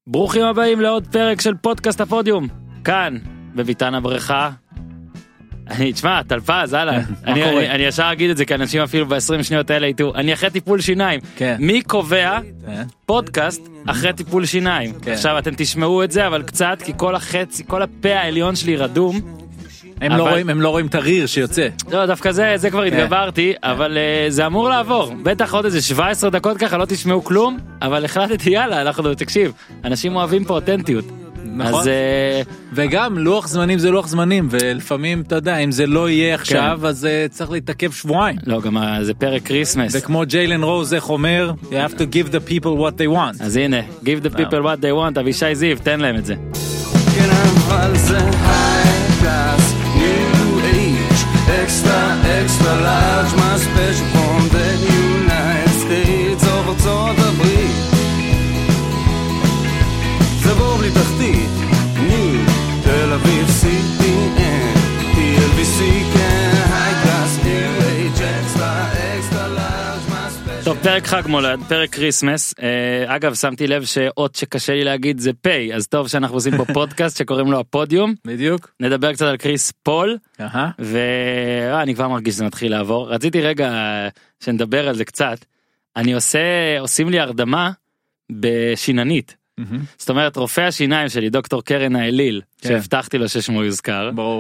ברוכים הבאים לעוד פרק של פודקאסט הפודיום, כאן, בביתן הבריכה. תשמע, תלפז, הלאה. אני ישר אגיד את זה, כי אנשים אפילו ב-20 שניות האלה איתו, אני אחרי טיפול שיניים. מי קובע פודקאסט אחרי טיפול שיניים? עכשיו אתם תשמעו את זה, אבל קצת, כי כל החצי, כל הפה העליון שלי רדום. הם לא רואים את הריר שיוצא. לא, דווקא זה כבר התגברתי, אבל זה אמור לעבור. בטח עוד איזה 17 דקות ככה, לא תשמעו כלום, אבל החלטתי, יאללה, אנחנו תקשיב, אנשים אוהבים פה אותנטיות. נכון. וגם לוח זמנים זה לוח זמנים, ולפעמים, אתה יודע, אם זה לא יהיה עכשיו, אז צריך להתעכב שבועיים. לא, גם זה פרק קריסמס. וכמו ג'יילן רוז איך אומר, you have to give the people what they want. אז הנה, give the people what they want, אבישי זיו, תן להם את זה. כן, אבל זה high class, new age, extra, extra large, my special from the United States of ארצות הברית. זה בור בלי תחתית, ניו, תל אביב, CPN, TLBC, כן, high class, new age, extra, extra large, my special. טוב, פרק חג מולד, פרק קריסמס. אגב, שמתי לב שאות שקשה לי להגיד זה פיי, אז טוב שאנחנו עושים פה פודקאסט שקוראים לו הפודיום. בדיוק. נדבר קצת על קריס פול, ואני כבר מרגיש שזה מתחיל לעבור. רציתי רגע שנדבר על זה קצת. עושים לי הרדמה בשיננית. זאת אומרת, רופא השיניים שלי, דוקטור קרן האליל, שהבטחתי לו ששמו יוזכר. ברור.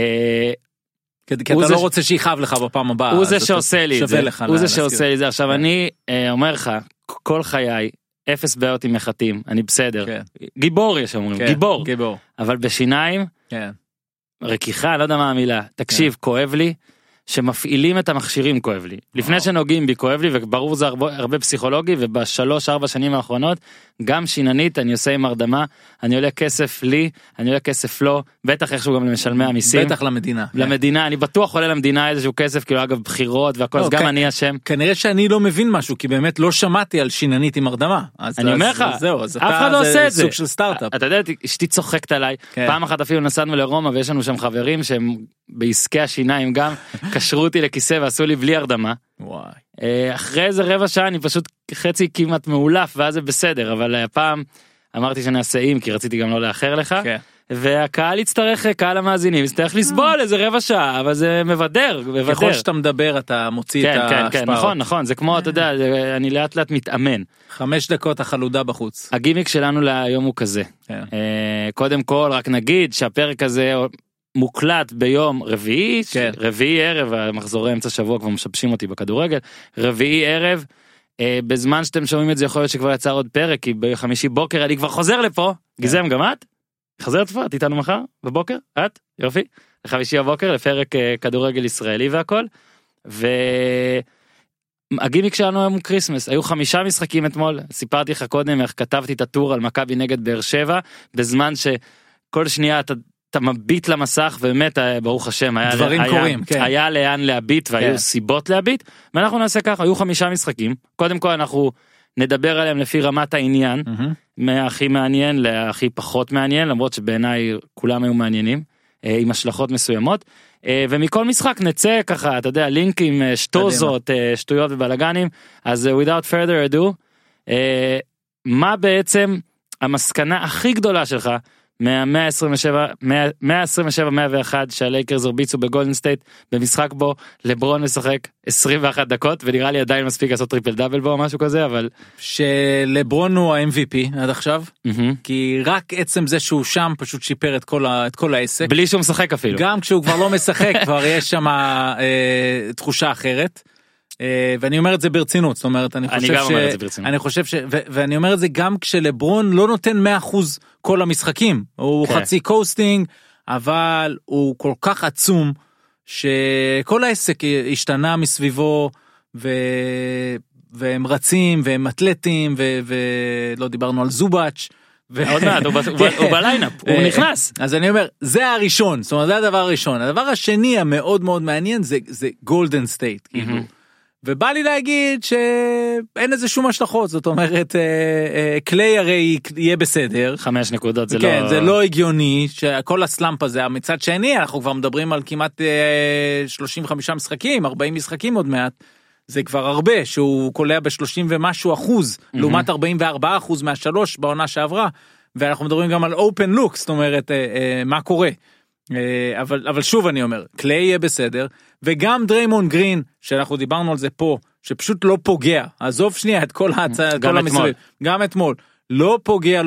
כי אתה לא רוצה שיחב לך בפעם הבאה. הוא זה שעושה לי את זה. הוא זה שעושה לי את זה. עכשיו אני אומר לך, כל חיי, אפס בעיות עם מחטים, אני בסדר. גיבור יש אומרים, גיבור. אבל בשיניים, רקיחה, לא יודע מה המילה. תקשיב, כואב לי. שמפעילים את המכשירים כואב לי. לפני שנוגעים בי כואב לי, וברור זה הרבה פסיכולוגי, וב3-4 שנים האחרונות, גם שיננית, אני עושה עם הרדמה, אני עולה כסף לי, אני עולה כסף לא, בטח איכשהו גם למשלמי המיסים. בטח למדינה. למדינה, אני בטוח עולה למדינה איזשהו כסף, כאילו אגב בחירות והכל, אז גם אני אשם. כנראה שאני לא מבין משהו, כי באמת לא שמעתי על שיננית עם הרדמה. אני אומר לך, אף אחד לא עושה את זה. סוג של סטארט-אפ. אתה יודע, אשתי צוחקת עליי, פעם אחת אפילו נסענו לרומא, ויש לנו שם חברים שהם בעסקי השיניים גם קשרו אותי לכיסא ועשו לי בלי הרדמה. אחרי איזה רבע שעה אני פשוט חצי כמעט מעולף ואז זה בסדר, אבל הפעם אמרתי שנעשה עם כי רציתי גם לא לאחר לך, והקהל יצטרך, קהל המאזינים יצטרך לסבול איזה רבע שעה, אבל זה מבדר. ככל שאתה מדבר אתה מוציא את ההשפעות. כן, נכון, זה כמו, אתה יודע, אני לאט לאט מתאמן. 5 דקות החלודה בחוץ. הגימיק שלנו להיום הוא כזה. קודם כל רק נגיד שהפרק הזה מוקלט ביום רביעי, רביעי ערב, המחזורי אמצע שבוע כבר משבשים אותי בכדורגל, רביעי ערב, בזמן שאתם שומעים את זה יכול להיות שכבר יצא עוד פרק, כי בחמישי בוקר אני כבר חוזר לפה, גיזם גם את? חזרת פה, את איתנו מחר בבוקר? את? יופי. לחמישי הבוקר לפרק כדורגל ישראלי והכל, והגימיק שלנו היום הוא קריסמס, היו 5 משחקים אתמול, סיפרתי לך קודם איך כתבתי את הטור על מכבי נגד באר שבע, בזמן שכל שנייה אתה מביט למסך, ובאמת, ברוך השם, היה לאן להביט, והיו סיבות להביט, ואנחנו נעשה ככה, היו 5 משחקים, קודם כל אנחנו נדבר עליהם לפי רמת העניין, מהכי מעניין להכי פחות מעניין, למרות שבעיניי כולם היו מעניינים, עם השלכות מסוימות, ומכל משחק נצא ככה, אתה יודע, לינקים, שטוזות, שטויות ובלגנים, אז without further ado, מה בעצם המסקנה הכי גדולה שלך, מה-127-101 שהלייקרס הרביצו בגולדן סטייט במשחק בו לברון משחק 21 דקות ונראה לי עדיין מספיק לעשות טריפל דאבל בו או משהו כזה, אבל שלברון הוא ה-MVP עד עכשיו, כי רק עצם זה שהוא שם פשוט שיפר את כל העסק, בלי שהוא משחק אפילו, גם כשהוא כבר לא משחק כבר יש שם תחושה אחרת. ואני אומר את זה ברצינות, זאת אומרת, אני חושב ואני אומר את זה גם כשלברון לא נותן 100% כל המשחקים, הוא חצי קוסטינג, אבל הוא כל כך עצום, שכל העסק השתנה מסביבו, והם רצים, והם אתלטים, ולא דיברנו על זובאץ', עוד מעט, הוא בליינאפ, הוא נכנס. אז אני אומר, זה הראשון, זאת אומרת, זה הדבר הראשון. הדבר השני המאוד מאוד מעניין, זה גולדן סטייט, כאילו. ובא לי להגיד שאין איזה שום השלכות, זאת אומרת, קליי הרי יהיה בסדר. 5 נקודות זה כן, זה לא הגיוני, שכל הסלאמפ הזה, מצד שני, אנחנו כבר מדברים על כמעט 35 משחקים, 40 משחקים עוד מעט, זה כבר הרבה, שהוא קולע ב-30 ומשהו אחוז, לעומת 44% מהשלוש בעונה שעברה, ואנחנו מדברים גם על open look, זאת אומרת, מה קורה. אבל שוב אני אומר, קליי יהיה בסדר, וגם דריימון גרין, שאנחנו דיברנו על זה פה, שפשוט לא פוגע, עזוב שנייה את כל ההצעה, גם אתמול, לא פוגע,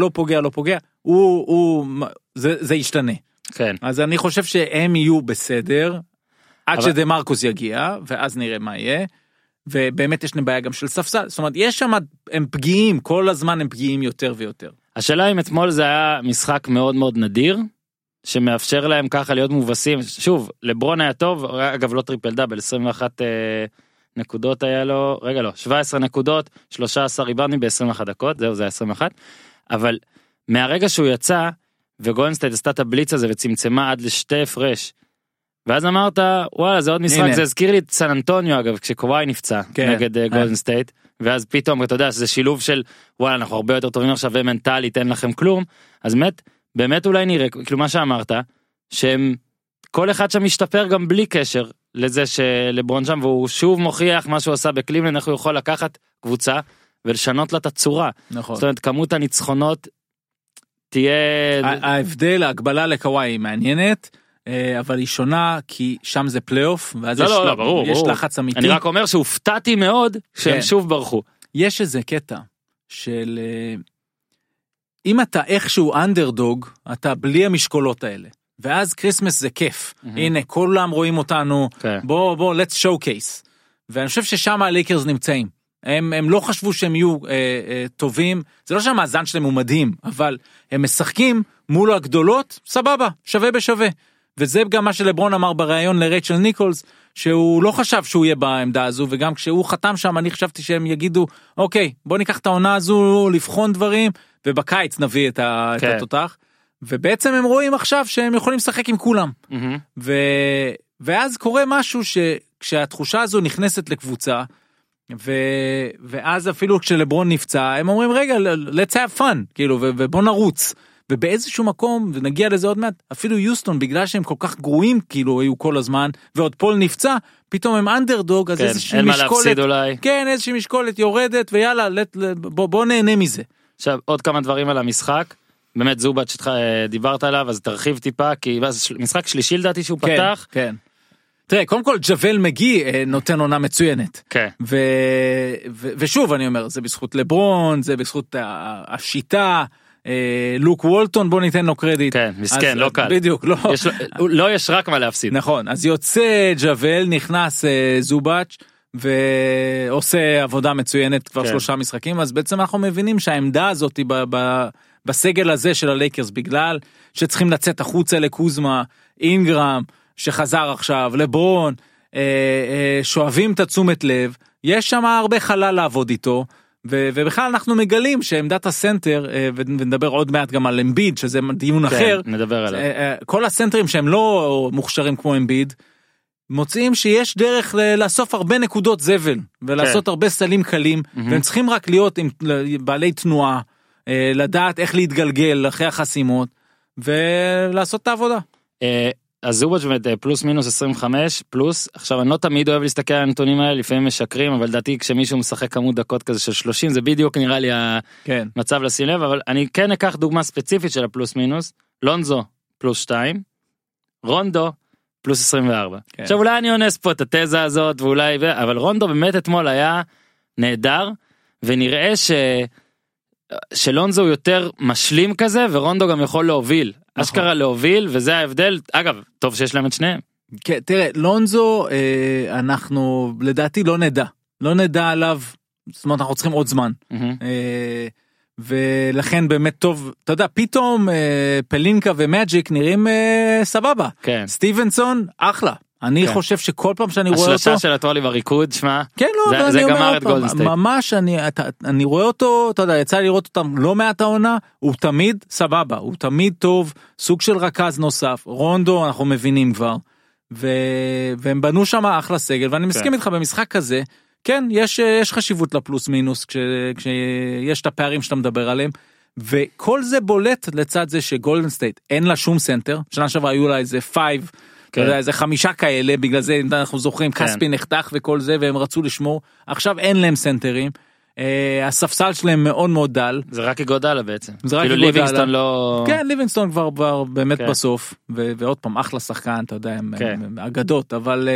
זה ישתנה. כן. אז אני חושב שהם יהיו בסדר, עד שדה מרקוס יגיע, ואז נראה מה יהיה, ובאמת יש בעיה גם של ספסל, זאת אומרת, יש שם, הם פגיעים, כל הזמן הם פגיעים יותר ויותר. השאלה אם אתמול זה היה משחק מאוד מאוד נדיר, שמאפשר להם ככה להיות מובסים, שוב, לברון היה טוב, אגב לא טריפל דאבל, 21 נקודות היה לו, 17 נקודות, 13 ריבאונדים ב-21 דקות, זהו, זה היה 21, אבל מהרגע שהוא יצא, וגולדן סטייט עשתה את הבליץ הזה, וצמצמה עד לשתי הפרש, ואז אמרת, וואלה, זה עוד משחק, זה הזכיר לי את סן אנטוניו, אגב, כשקוואי נפצע נגד גולדן סטייט, ואז פתאום, אתה יודע, שזה שילוב של, וואלה, אנחנו הרבה יותר טובים עכשיו, ומנטלית, אין לכם כלום, אז באמת אולי נראה, כאילו מה שאמרת, שהם, כל אחד שם משתפר גם בלי קשר לזה שלברון שם, והוא שוב מוכיח מה שהוא עשה בקליבלנד, איך הוא יכול לקחת קבוצה, ולשנות לה את הצורה. נכון. זאת אומרת, כמות הניצחונות תהיה... ההבדל, ההגבלה לקוואי היא מעניינת, אבל היא שונה כי שם זה פלייאוף, ואז יש לחץ אמיתי. אני רק אומר שהופתעתי מאוד שהם שוב ברחו. יש איזה קטע של... אם אתה איכשהו אנדרדוג, אתה בלי המשקולות האלה. ואז קריסמס זה כיף. הנה, כולם רואים אותנו, בוא, let's showcase. ואני חושב ששם הלייקרס נמצאים. הם לא חשבו שהם יהיו טובים, זה לא שהמאזן שלהם הוא מדהים, אבל הם משחקים מול הגדולות, סבבה, שווה בשווה. וזה גם מה שלברון אמר בראיון לרייצ'ל ניקולס, שהוא לא חשב שהוא יהיה בעמדה הזו, וגם כשהוא חתם שם, אני חשבתי שהם יגידו, אוקיי, בוא ניקח את העונה הזו, לבחון דברים, ובקיץ נביא את התותח. ובעצם הם רואים עכשיו שהם יכולים לשחק עם כולם. ואז קורה משהו שכשהתחושה הזו נכנסת לקבוצה, ואז אפילו כשלברון נפצע, הם אומרים, רגע, let's have fun, כאילו, ובוא נרוץ. ובאיזשהו מקום, ונגיע לזה עוד מעט, אפילו יוסטון, בגלל שהם כל כך גרועים, כאילו, היו כל הזמן, ועוד פול נפצע, פתאום הם אנדרדוג, אז איזושהי משקולת, כן, איזושהי משקולת יורדת, ויאללה, בוא נהנה מזה. עכשיו, עוד כמה דברים על המשחק, באמת זובט שדיברת עליו, אז תרחיב טיפה, כי משחק שלישי לדעתי שהוא פתח. כן. תראה, קודם כל ג'וול מגי נותן עונה מצוינת. כן. ושוב אני אומר, זה בזכות לברון, זה בזכות השיטה, לוק וולטון, בוא ניתן לו קרדיט. כן, מסכן, לא קל. בדיוק, לא. לא יש רק מה להפסיד. נכון, אז יוצא ג'וול, נכנס זובץ' ועושה עבודה מצוינת כבר 3 משחקים, אז בעצם אנחנו מבינים שהעמדה הזאת בסגל הזה של הלייקרס, בגלל שצריכים לצאת החוצה לקוזמה, אינגרם, שחזר עכשיו, לברון, שואבים את התשומת לב, יש שם הרבה חלל לעבוד איתו, ובכלל אנחנו מגלים שעמדת הסנטר, ונדבר עוד מעט גם על אמביד, שזה דיון אחר, נדבר עליו. כל הסנטרים שהם לא מוכשרים כמו אמביד, מוצאים שיש דרך לאסוף הרבה נקודות זבל, ולעשות הרבה סלים קלים, והם צריכים רק להיות עם בעלי תנועה, לדעת איך להתגלגל אחרי החסימות, ולעשות את העבודה. אז זובץ' באמת פלוס מינוס 25 פלוס, עכשיו אני לא תמיד אוהב להסתכל על הנתונים האלה, לפעמים משקרים, אבל דעתי כשמישהו משחק כמות דקות כזה של 30, זה בדיוק נראה לי המצב לשים לב, אבל אני כן אקח דוגמה ספציפית של הפלוס מינוס, לונזו פלוס 2, רונדו פלוס 24. עכשיו אולי אני אונס פה את התזה הזאת, אבל רונדו באמת אתמול היה נהדר, ונראה שלונזו הוא יותר משלים כזה, ורונדו גם יכול להוביל. אשכרה להוביל, וזה ההבדל. אגב, טוב שיש להם את שניהם. כן, תראה, לונזו, אנחנו לדעתי לא נדע עליו, זאת אומרת, אנחנו צריכים עוד זמן. ולכן באמת טוב, אתה יודע, פתאום פלינקה ומאג'יק נראים סבבה. סטיבנסון, אחלה. אני חושב שכל פעם שאני רואה אותו... השלשה של הטרולי בריקוד, שמה, כן, לא, זה גמר את גולדן סטייט. ממש, אני רואה אותו, אתה יודע, יצא לראות אותם לא מעט העונה, הוא תמיד סבבה, הוא תמיד טוב, סוג של רכז נוסף, רונדו אנחנו מבינים כבר, והם בנו שם אחלה סגל, ואני מסכים איתך במשחק כזה, כן, יש חשיבות לפלוס מינוס, כשיש את הפערים שאתה מדבר עליהם, וכל זה בולט לצד זה שגולדן סטייט אין לה שום סנטר, שנה שעברה היו לה איזה 5 זה 5 כאלה, בגלל זה אנחנו זוכרים, כספי נחתך וכל זה, והם רצו לשמור, עכשיו אין להם סנטרים, הספסל שלהם מאוד מאוד דל. זה רק יגודלה בעצם. כאילו ליבינגסטון לא... כן, ליבינגסטון כבר באמת בסוף, ועוד פעם אחלה שחקן, אתה יודע, הם אגדות, אבל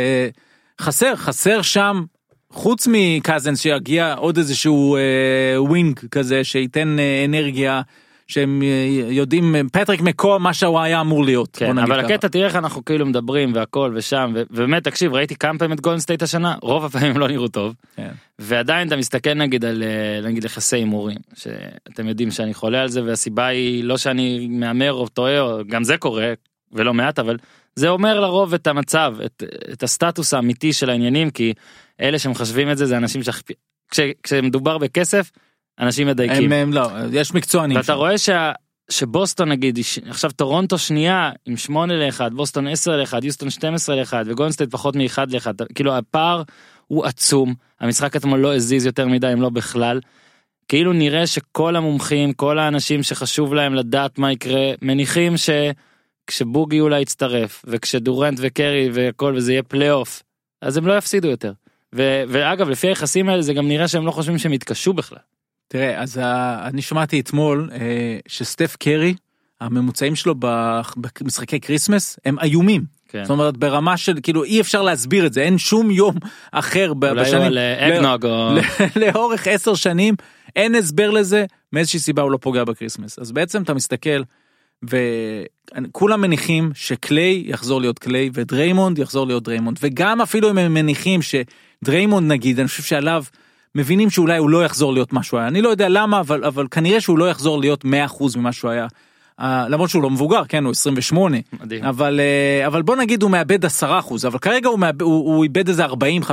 חסר שם, חוץ מקזנס שיגיע עוד איזשהו ווינג כזה, שייתן אנרגיה, שהם יודעים, פטריק מקו, מה שהוא היה אמור להיות. כן, אבל הקטע, תראה איך אנחנו כאילו מדברים והכל ושם, ובאמת, תקשיב, ראיתי כמה פעמים את גולדן סטייט השנה, רוב הפעמים לא נראו טוב, ועדיין אתה מסתכל נגיד על, נגיד יחסי הימורים, שאתם יודעים שאני חולה על זה, והסיבה היא לא שאני מאמר או טועה, גם זה קורה, ולא מעט, אבל זה אומר לרוב את המצב, את הסטטוס האמיתי של העניינים, כי אלה שמחשבים את זה, זה אנשים כשמדובר בכסף, אנשים מדייקים. הם לא, יש מקצוענים. ואתה רואה שבוסטון נגיד, עכשיו טורונטו שנייה עם 8-1, בוסטון 10-1, יוסטון 12-1, וגולדן סטייט פחות מ1-1, כאילו הפער הוא עצום, המשחק אתמול לא הזיז יותר מדי, אם לא בכלל, כאילו נראה שכל המומחים, כל האנשים שחשוב להם לדעת מה יקרה, מניחים שכשבוגי אולי יצטרף, וכשדורנט וקרי וכל וזה יהיה פלייאוף, אז הם לא יפסידו יותר. ואגב, לפי היחסים האלה, זה גם נראה שהם לא חושבים שהם יתקשו בכלל. תראה, אז אני שמעתי אתמול שסטף קרי, הממוצעים שלו במשחקי קריסמס, הם איומים. כן. זאת אומרת, ברמה של, כאילו, אי אפשר להסביר את זה, אין שום יום אחר בשנים, לאורך 10 שנים, אין הסבר לזה, מאיזושהי סיבה הוא לא פוגע בקריסמס. אז בעצם אתה מסתכל, וכולם מניחים שקליי יחזור להיות קליי, ודריימונד יחזור להיות דריימונד, וגם אפילו אם הם מניחים שדריימונד נגיד, אני חושב שעליו, מבינים שאולי הוא לא יחזור להיות מה שהוא היה, אני לא יודע למה, אבל כנראה שהוא לא יחזור להיות 100% ממה שהוא היה, למרות שהוא לא מבוגר, כן, הוא 28, מדהים. אבל בוא נגיד הוא מאבד 10%, אבל כרגע הוא איבד איזה 40-50%,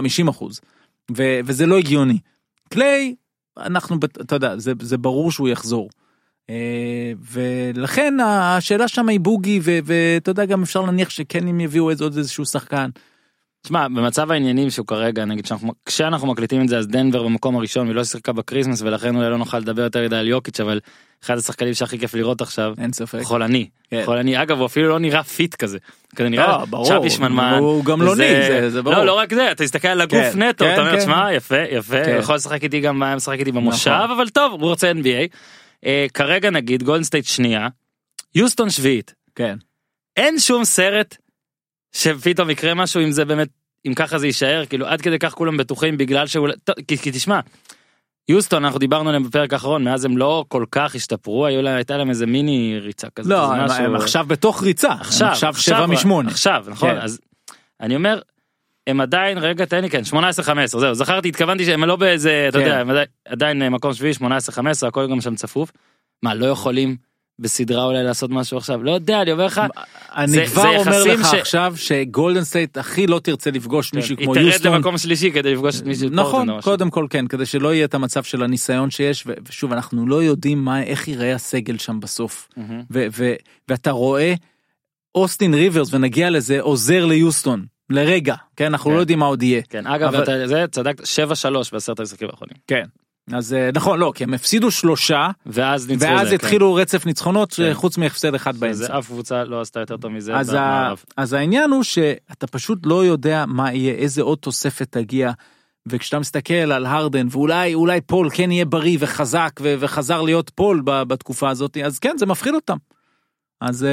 וזה לא הגיוני. קליי, אתה יודע, זה ברור שהוא יחזור, ולכן השאלה שם היא בוגי, ואתה יודע, גם אפשר להניח שכן אם יביאו עוד איזשהו שחקן, תשמע, במצב העניינים שהוא כרגע, נגיד כשאנחנו מקליטים את זה, אז דנבר במקום הראשון, ולא שיחקה בקריסמס, ולכן אולי לא נוכל לדבר יותר ידי על יוקיץ', אבל אחד השחקנים שהכי כיף לראות עכשיו, אין ספק. חולני. חולני, אגב, הוא אפילו לא נראה פיט כזה. כזה נראה צ'אפי שמנמן. הוא גם לא ני, זה ברור. לא רק זה, אתה תסתכל על הגוף נטו, אתה אומר, תשמע, יפה, הוא יכול לשחק איתי גם, משחק איתי במושב, אבל טוב, הוא רוצה NBA. כרגע נגיד, גולדן סטייט שנייה, יוסטון שביעית. כן. אין שום סרט שפתאום יקרה משהו, אם זה באמת, אם ככה זה יישאר, כאילו עד כדי כך כולם בטוחים בגלל שהוא, כי תשמע, יוסטון, אנחנו דיברנו עליהם בפרק האחרון, מאז הם לא כל כך השתפרו, הייתה להם איזה מיני ריצה כזה. לא, הם עכשיו בתוך ריצה, עכשיו 7-8. עכשיו, נכון, אז אני אומר, הם עדיין, רגע, תן לי, כן, 18-15, זהו, זכרתי, התכוונתי שהם לא באיזה, אתה יודע, הם עדיין מקום שביעי, 18-15, הכל גם שם צפוף, מה, לא יכולים בסדרה אולי לעשות משהו עכשיו, לא יודע, אני אומר לך, אני כבר אומר לך עכשיו שגולדן סטייט הכי לא תרצה לפגוש מישהו כמו יוסטון. היא תרד למקום שלישי כדי לפגוש מישהו. נכון, קודם כל כן, כדי שלא יהיה את המצב של הניסיון שיש, ושוב, אנחנו לא יודעים איך ייראה הסגל שם בסוף, ואתה רואה אוסטין ריברס, ונגיע לזה, עוזר ליוסטון, לרגע, כן, אנחנו לא יודעים מה עוד יהיה. כן, אגב, זה צדקת 7-3 בעשרת המשחקים האחרונים. כן. אז נכון, לא, כי הם הפסידו 3, ואז התחילו רצף ניצחונות, חוץ מהפסד אחד באמצע. זה אף קבוצה לא עשתה יותר טוב מזה. אז העניין הוא שאתה פשוט לא יודע מה יהיה, איזה עוד תוספת תגיע, וכשאתה מסתכל על הרדן, ואולי פול כן יהיה בריא וחזק, וחזר להיות פול בתקופה הזאת, אז כן, זה מפחיד אותם. אז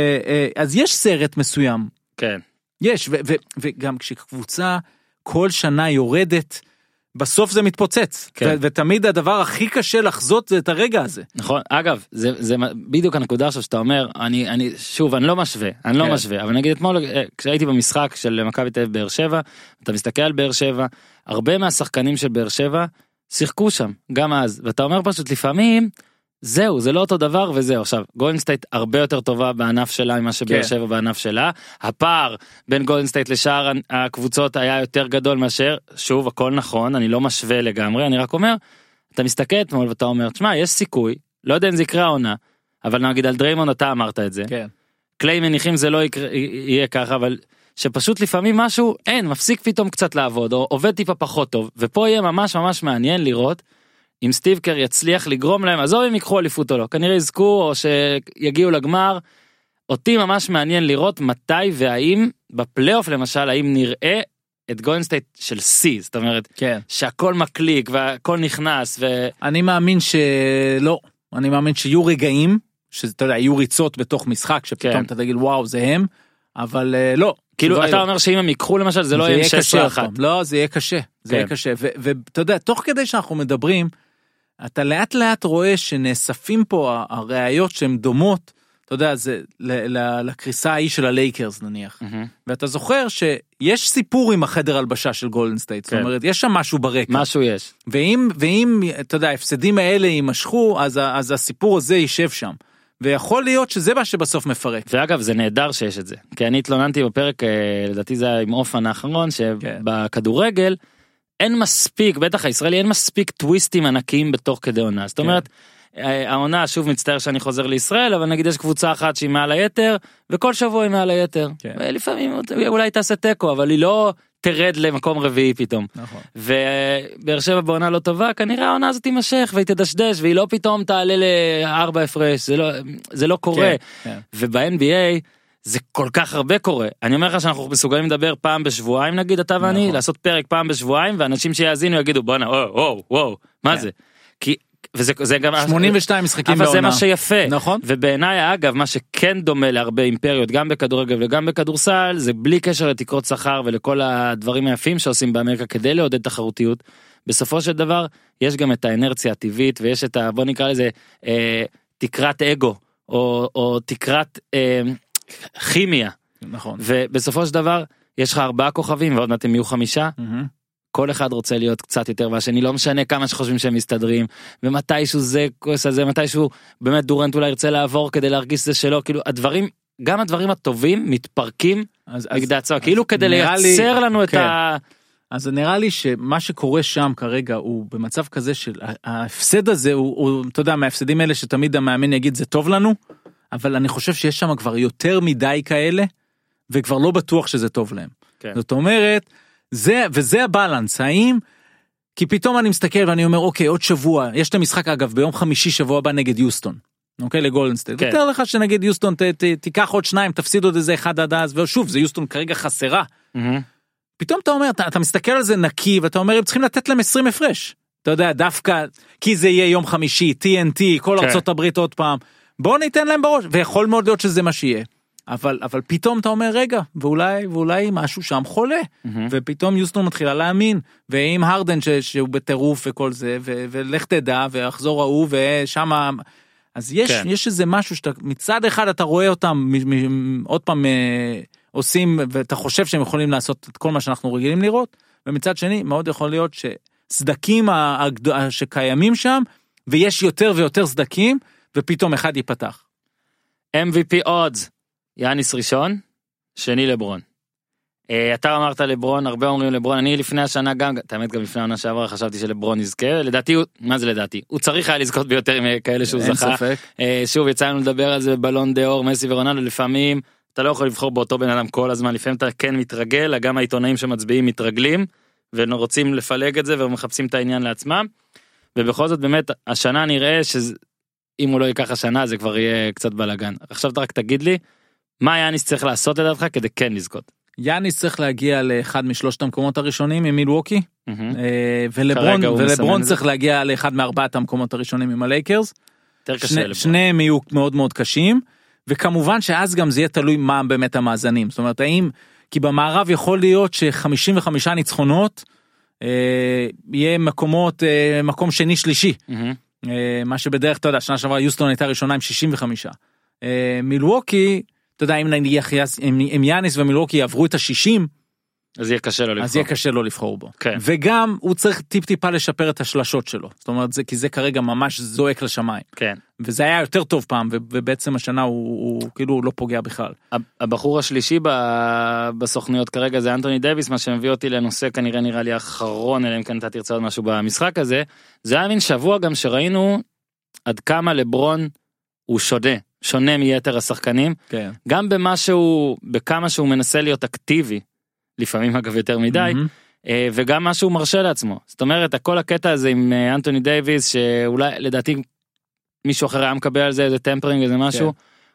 יש סרט מסוים. כן. יש, וגם כשקבוצה כל שנה יורדת, בסוף זה מתפוצץ, כן. ותמיד הדבר הכי קשה לחזות זה את הרגע הזה. נכון, אגב, זה בדיוק הנקודה עכשיו שאתה אומר, שוב, אני לא משווה, אבל נגיד אתמול, כשהייתי במשחק של מכבי תל אביב באר שבע, אתה מסתכל על באר שבע, הרבה מהשחקנים של באר שבע, שיחקו שם, גם אז, ואתה אומר פשוט לפעמים, זהו, זה לא אותו דבר וזהו. עכשיו, גולדן סטייט הרבה יותר טובה בענף שלה ממה שבאר שבע בענף שלה. הפער בין גולדן סטייט לשאר הקבוצות היה יותר גדול מאשר, שוב, הכל נכון, אני לא משווה לגמרי, אני רק אומר, אתה מסתכל אתמול ואתה אומר, תשמע, יש סיכוי, לא יודע אם זה יקרה העונה, אבל נגיד על דריימונד אתה אמרת את זה. כן. קליי מניחים זה לא יהיה ככה, אבל שפשוט לפעמים משהו, אין, מפסיק פתאום קצת לעבוד, או עובד טיפה פחות טוב, ופה יהיה ממש ממש מעניין לראות אם סטיב קר יצליח לגרום להם, עזוב אם יקחו אליפות או לא, כנראה יזכו או שיגיעו לגמר, אותי ממש מעניין לראות מתי והאם בפלייאוף למשל, האם נראה את גולדן סטייט של C, זאת אומרת, כן. שהכל מקליק והכל נכנס. אני מאמין שלא, אני מאמין שיהיו רגעים, שאתה יודע, יהיו ריצות בתוך משחק, שפתאום כן. אתה תגיד וואו זה הם, אבל לא. כאילו אתה אומר שאם הם יקחו למשל, זה לא יהיה 16-1. לא, זה יהיה קשה, זה יהיה קשה, ואתה יודע, תוך כדי שאנחנו מדברים, אתה לאט לאט רואה שנאספים פה הראיות שהן דומות, אתה יודע, זה לקריסה ההיא של הלייקרס נניח, ואתה זוכר שיש סיפור עם החדר הלבשה של גולדן סטייט, זאת אומרת, יש שם משהו ברקע. משהו יש. ואם אתה יודע, ההפסדים האלה יימשכו, אז הסיפור הזה יישב שם. ויכול להיות שזה מה שבסוף מפרק. ואגב, זה נהדר שיש את זה. כי אני התלוננתי בפרק, לדעתי זה היה עם אופן האחרון, שבכדורגל אין מספיק, בטח הישראלי, אין מספיק טוויסטים ענקיים בתוך כדי עונה. זאת אומרת, העונה, שוב מצטער שאני חוזר לישראל, אבל נגיד יש קבוצה אחת שהיא מעל היתר, וכל שבוע היא מעל היתר. ולפעמים אולי תעשה טקו, אבל היא לא תרד למקום רביעי פתאום. ובאר שבע בעונה לא טובה, כנראה העונה הזאת תימשך והיא תדשדש, והיא לא פתאום תעלה ל4 הפרש, זה לא קורה. וב-NBA זה כל כך הרבה קורה. אני אומר לך שאנחנו מסוגלים לדבר פעם בשבועיים, נגיד אתה ואני, לעשות פרק פעם בשבועיים, ואנשים שיאזינו יגידו, בוא'נה, וואו, מה זה? כי וזה גם 82 משחקים בעונה. אבל זה מה שיפה. נכון. ובעיניי אגב מה שכן דומה להרבה אימפריות גם בכדורגל וגם בכדורסל זה בלי קשר לתקרות שכר ולכל הדברים היפים שעושים באמריקה כדי לעודד תחרותיות. בסופו של דבר יש גם את האנרציה הטבעית ויש את בוא נקרא לזה תקרת אגו או תקרת כימיה. נכון. ובסופו של דבר יש לך 4 כוכבים ועוד מעט הם יהיו 5. כל אחד רוצה להיות קצת יותר והשני, לא משנה כמה שחושבים שהם מסתדרים, ומתישהו זה כוס הזה, מתישהו באמת דורנט אולי ירצה לעבור כדי להרגיש זה שלו, כאילו הדברים, גם הדברים הטובים מתפרקים נגד עצמו, כאילו כדי לייצר לנו את ה... אז נראה לי שמה שקורה שם כרגע הוא במצב כזה של ההפסד הזה, הוא אתה יודע, מההפסדים האלה שתמיד המאמן יגיד זה טוב לנו, אבל אני חושב שיש שם כבר יותר מדי כאלה, וכבר לא בטוח שזה טוב להם. זאת אומרת, וזה הבלנס, האם, כי פתאום אני מסתכל ואני אומר, אוקיי, עוד שבוע, יש את המשחק אגב, ביום חמישי שבוע הבא נגד יוסטון, אוקיי, לגולדן סטייט, יותר לך שנגיד יוסטון, תיקח עוד 2, תפסיד עוד איזה 1 עד אז, ושוב, זה יוסטון כרגע חסרה, פתאום אתה אומר, אתה מסתכל על זה נקי, ואתה אומר, הם צריכים לתת להם 20 הפרש, אתה יודע, דווקא, כי זה יהיה יום חמישי, TNT, כל ארצות הברית עוד פעם, בואו ניתן להם בראש, ויכול מאוד להיות שזה מה שיהיה. אבל פתאום אתה אומר רגע, ואולי משהו שם חולה, ופתאום יוסטון מתחילה להאמין, ועם הרדן שהוא בטירוף וכל זה, ולך תדע, ואחזור ההוא, ושם, אז יש איזה משהו שאתה, מצד אחד אתה רואה אותם, עוד פעם עושים, ואתה חושב שהם יכולים לעשות את כל מה שאנחנו רגילים לראות, ומצד שני, מאוד יכול להיות שסדקים שקיימים שם, ויש יותר ויותר סדקים, ופתאום אחד ייפתח. MVP odds. יאניס ראשון, שני לברון. אתה אמרת לברון, הרבה אומרים לברון, אני לפני השנה גם, האמת גם לפני העונה שעברה חשבתי שלברון יזכה, לדעתי, מה זה לדעתי? הוא צריך היה לזכות ביותר מכאלה שהוא זכה. שוב, יצאנו לדבר על זה בלון דה אור, מסי ורונלדו, לפעמים אתה לא יכול לבחור באותו בן אדם כל הזמן, לפעמים אתה כן מתרגל, גם העיתונאים שמצביעים מתרגלים, ורוצים לפלג את זה ומחפשים את העניין לעצמם, ובכל זאת באמת השנה נראה שאם הוא לא ייקח השנה זה כבר יהיה קצת בלגן. עכשיו אתה רק תגיד לי, מה יאניס צריך לעשות לדעתך כדי כן לזכות? יאניס צריך להגיע לאחד משלושת המקומות הראשונים עם מילווקי, ולברון צריך להגיע לאחד מארבעת המקומות הראשונים עם הלייקרס, שניהם יהיו מאוד מאוד קשים, וכמובן שאז גם זה יהיה תלוי מה באמת המאזנים, זאת אומרת האם, כי במערב יכול להיות ש55 ניצחונות, יהיה מקום שני שלישי, מה שבדרך אתה יודע, שנה שעברה יוסטון הייתה ראשונה עם 65, מילווקי, אתה יודע, אם יאניס ומילווקי יעברו את ה-60, אז יהיה קשה לו לבחור. בו. וגם הוא צריך טיפה לשפר את השלשות שלו. זאת אומרת, כי זה כרגע ממש זועק לשמיים. כן. וזה היה יותר טוב פעם, ובעצם השנה הוא כאילו לא פוגע בכלל. הבחור השלישי בסוכניות כרגע זה אנטוני דייביס, מה שמביא אותי לנושא כנראה נראה לי האחרון, אלא אם כן אתה תרצה עוד משהו במשחק הזה. זה היה מין שבוע גם שראינו עד כמה לברון הוא שונה מיתר השחקנים, כן. גם בכמה שהוא מנסה להיות אקטיבי, לפעמים אגב יותר מדי, וגם מה שהוא מרשה לעצמו. זאת אומרת, כל הקטע הזה עם אנטוני דייביס, שאולי לדעתי מישהו אחר היה מקבל על זה איזה טמפרינג, איזה משהו,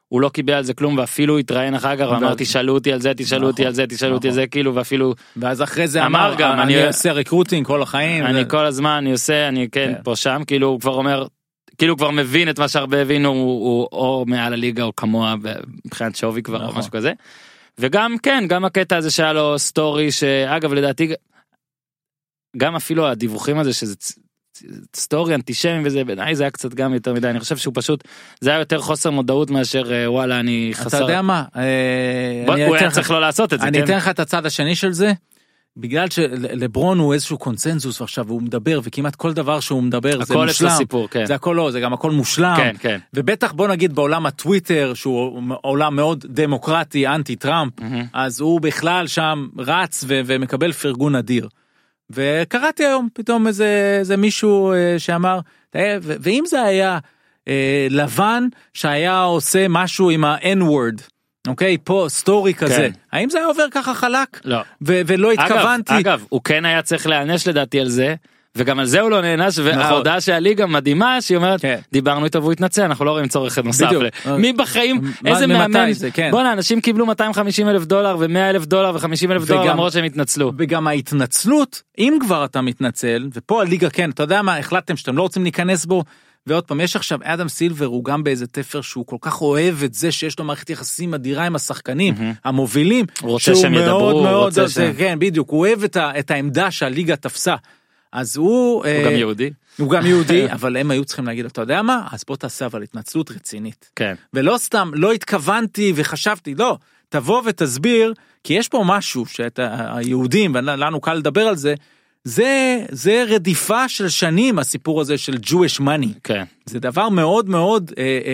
הוא לא קיבל על זה כלום, ואפילו התראיין אחר כך, ואמר, תשאלו אותי על זה, תשאלו אותי על זה, תשאלו אותי על זה, כאילו, ואפילו... ואז אחרי זה אמר גם, אני עושה ריקרוטינג כל החיים. אני כל הזמן, אני עושה, אני כן, פה שם, כאילו, הוא כבר אומר, כאילו, כבר מבין את מה שהרבה הבינו, הוא או מעל הליגה, או כמוה, מבחינת שווי כבר, או משהו כזה. וגם, כן, גם הקטע הזה שהיה לו סטורי, שאגב, לדעתי, גם אפילו הדיווחים הזה, שזה סטורי אנטישמי וזה, בעיניי זה היה קצת גם יותר מדי, אני חושב שהוא פשוט, זה היה יותר חוסר מודעות מאשר וואלה אני חסר. אתה יודע מה? הוא היה צריך לא לעשות את זה, אני אתן לך את הצד השני של זה, בגלל שלברון הוא איזשהו קונצנזוס עכשיו, הוא מדבר, וכמעט כל דבר שהוא מדבר זה מושלם. סיפור, כן. זה הכל לא, זה גם הכל מושלם. כן, כן. ובטח בוא נגיד בעולם הטוויטר, שהוא עולם מאוד דמוקרטי, אנטי טראמפ, אז הוא בכלל שם רץ ומקבל פרגון אדיר. וקראתי היום פתאום איזה מישהו שאמר, ואם זה היה לבן שהיה עושה משהו עם ה-N-word, אוקיי, פה סטורי כזה, האם זה היה עובר ככה חלק? לא. ולא התכוונתי. אגב, הוא כן היה צריך להענש לדעתי על זה, וגם על זה הוא לא נענש, וההודעה שהליגה מדהימה, שהיא אומרת, דיברנו איתו והוא התנצל, אנחנו לא רואים צורך נוסף. מי בחיים, איזה מאמן, בוא'נה, אנשים קיבלו $250,000 ו$100,000 ו$50,000 למרות שהם התנצלו. וגם ההתנצלות, אם כבר אתה מתנצל, ופה הליגה כן, אתה יודע מה, החלטתם שאתם לא רוצים להיכנס בו, ועוד פעם, יש עכשיו אדם סילבר, הוא גם באיזה תפר שהוא כל כך אוהב את זה, שיש לו מערכת יחסים אדירה עם השחקנים, המובילים, הוא רוצה שהם ידברו, כן, בדיוק, הוא אוהב את העמדה שהליגה תפסה. אז הוא גם יהודי. הוא גם יהודי, אבל הם היו צריכים להגיד, אתה יודע מה? אז בוא תעשה אבל התנצלות רצינית. כן. ולא סתם, לא התכוונתי וחשבתי, לא, תבוא ותסביר, כי יש פה משהו שאת היהודים, ולנו קל לדבר על זה, זה רדיפה של שנים, הסיפור הזה של Jewish money. כן. זה דבר מאוד מאוד,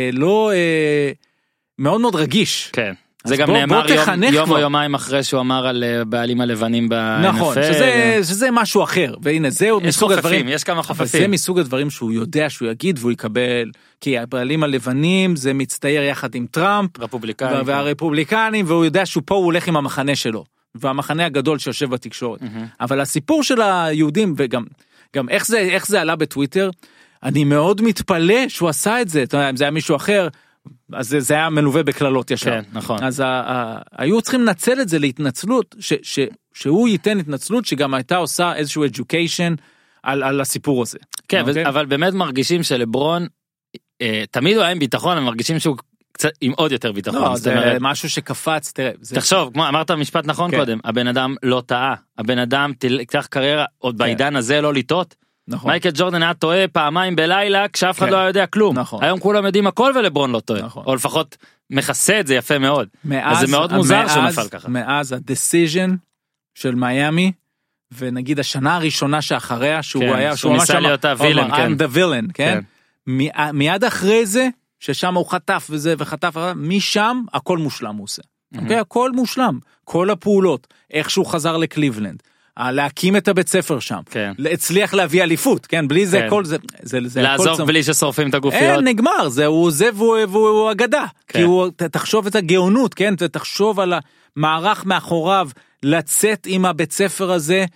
מאוד מאוד רגיש. כן. זה גם נאמר יום או יומיים אחרי שהוא אמר על בעלים הלבנים ב-NFL. נכון, שזה משהו אחר, והנה זהו מסוג הדברים. יש כמה חופפים. זה מסוג הדברים שהוא יודע שהוא יגיד והוא יקבל, כי הבעלים הלבנים זה מצטייר יחד עם טראמפ, והרפובליקנים, והוא יודע שהוא פה הוא הולך עם המחנה שלו, והמחנה הגדול שיושב בתקשורת. אבל הסיפור של היהודים, וגם איך זה עלה בטוויטר, אני מאוד מתפלא שהוא עשה את זה, אתה יודע, אם זה היה מישהו אחר, אז זה היה מלווה בכללות ישר. כן, נכון. אז היו צריכים לנצל את זה להתנצלות, שהוא ייתן התנצלות שגם הייתה עושה איזשהו education על הסיפור הזה. כן, אבל באמת מרגישים שלברון, תמיד הוא היה עם ביטחון, הם מרגישים שהוא קצת עם עוד יותר ביטחון. לא, זה משהו שקפץ, תראה. תחשוב, כמו אמרת משפט נכון קודם, הבן אדם לא טעה, הבן אדם תיקח קריירה, עוד בעידן הזה לא לטעות, נכון. מייקל ג'ורדן היה טועה פעמיים בלילה כשאף אחד לא יודע כלום. נכון. היום כולם יודעים הכל ולברון לא טועה. נכון. או לפחות מכסה את זה יפה מאוד. אז זה מאוד מוזר שהוא נפל ככה. מאז ה-decision של מיימי, ונגיד השנה הראשונה שאחריה, שהוא היה, שהוא ניסה להיות הווילן, כן. I'm the villain, כן? מיד אחרי זה, ששם הוא חטף וזה וחטף, משם הכל מושלם הוא עושה. אוקיי? הכל מושלם. כל הפעולות, איך שהוא חזר לקליבלנד. להקים את הבית ספר שם, הצליח להביא אליפות, כן, בלי זה כל זה, לעזוב בלי ששורפים את הגופיות, אין, נגמר, הוא זה והוא אגדה, כי הוא, תחשוב את הגאונות, כן, ותחשוב על המערך מאחוריו, לצאת עם הבית ספר הזה,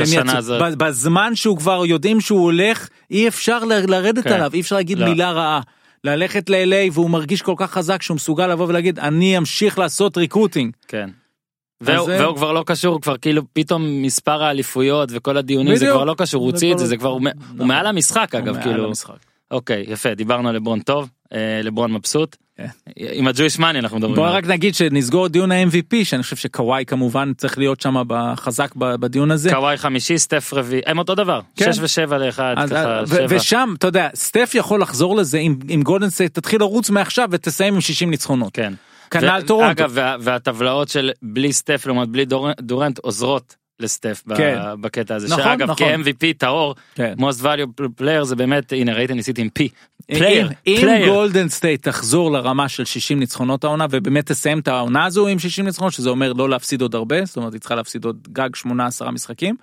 בזמן שהוא כבר יודעים שהוא הולך, אי אפשר לרדת עליו, אי אפשר להגיד מילה רעה, ללכת ל-LA, והוא מרגיש כל כך חזק, שהוא מסוגל לבוא ולהגיד, אני אמשיך לעשות ריקרוטינג, כן. והוא כבר לא קשור, כבר כאילו פתאום מספר האליפויות וכל הדיונים זה כבר לא קשור, הוא הוציא את זה, זה כבר, הוא מעל המשחק אגב, כאילו, אוקיי, יפה, דיברנו על לברון טוב, לברון מבסוט, עם ה-Jewish money אנחנו מדברים. בוא רק נגיד שנסגור דיון ה-MVP, שאני חושב שקוואי כמובן צריך להיות שם חזק בדיון הזה. קוואי חמישי, סטף רביעי, הם אותו דבר, 6 ו7 לאחד, ושם, אתה יודע, סטף יכול לחזור לזה, אם גולדן סטייט תתחיל לרוץ מעכשיו ותסיים עם 60 ניצחונות. כן. כנ"ל טורונטו. אגב, והטבלאות של בלי סטף לעומת בלי דורנט עוזרות לסטף בקטע הזה. שאגב, כ-MVP טהור, most valuable player זה באמת, הנה ראיתם ניסיתי עם פי. אם גולדן סטייט תחזור לרמה של 60 ניצחונות העונה, ובאמת תסיים את העונה הזו עם 60 ניצחונות, שזה אומר לא להפסיד עוד הרבה, זאת אומרת, היא צריכה להפסיד עוד גג 8-10 משחקים,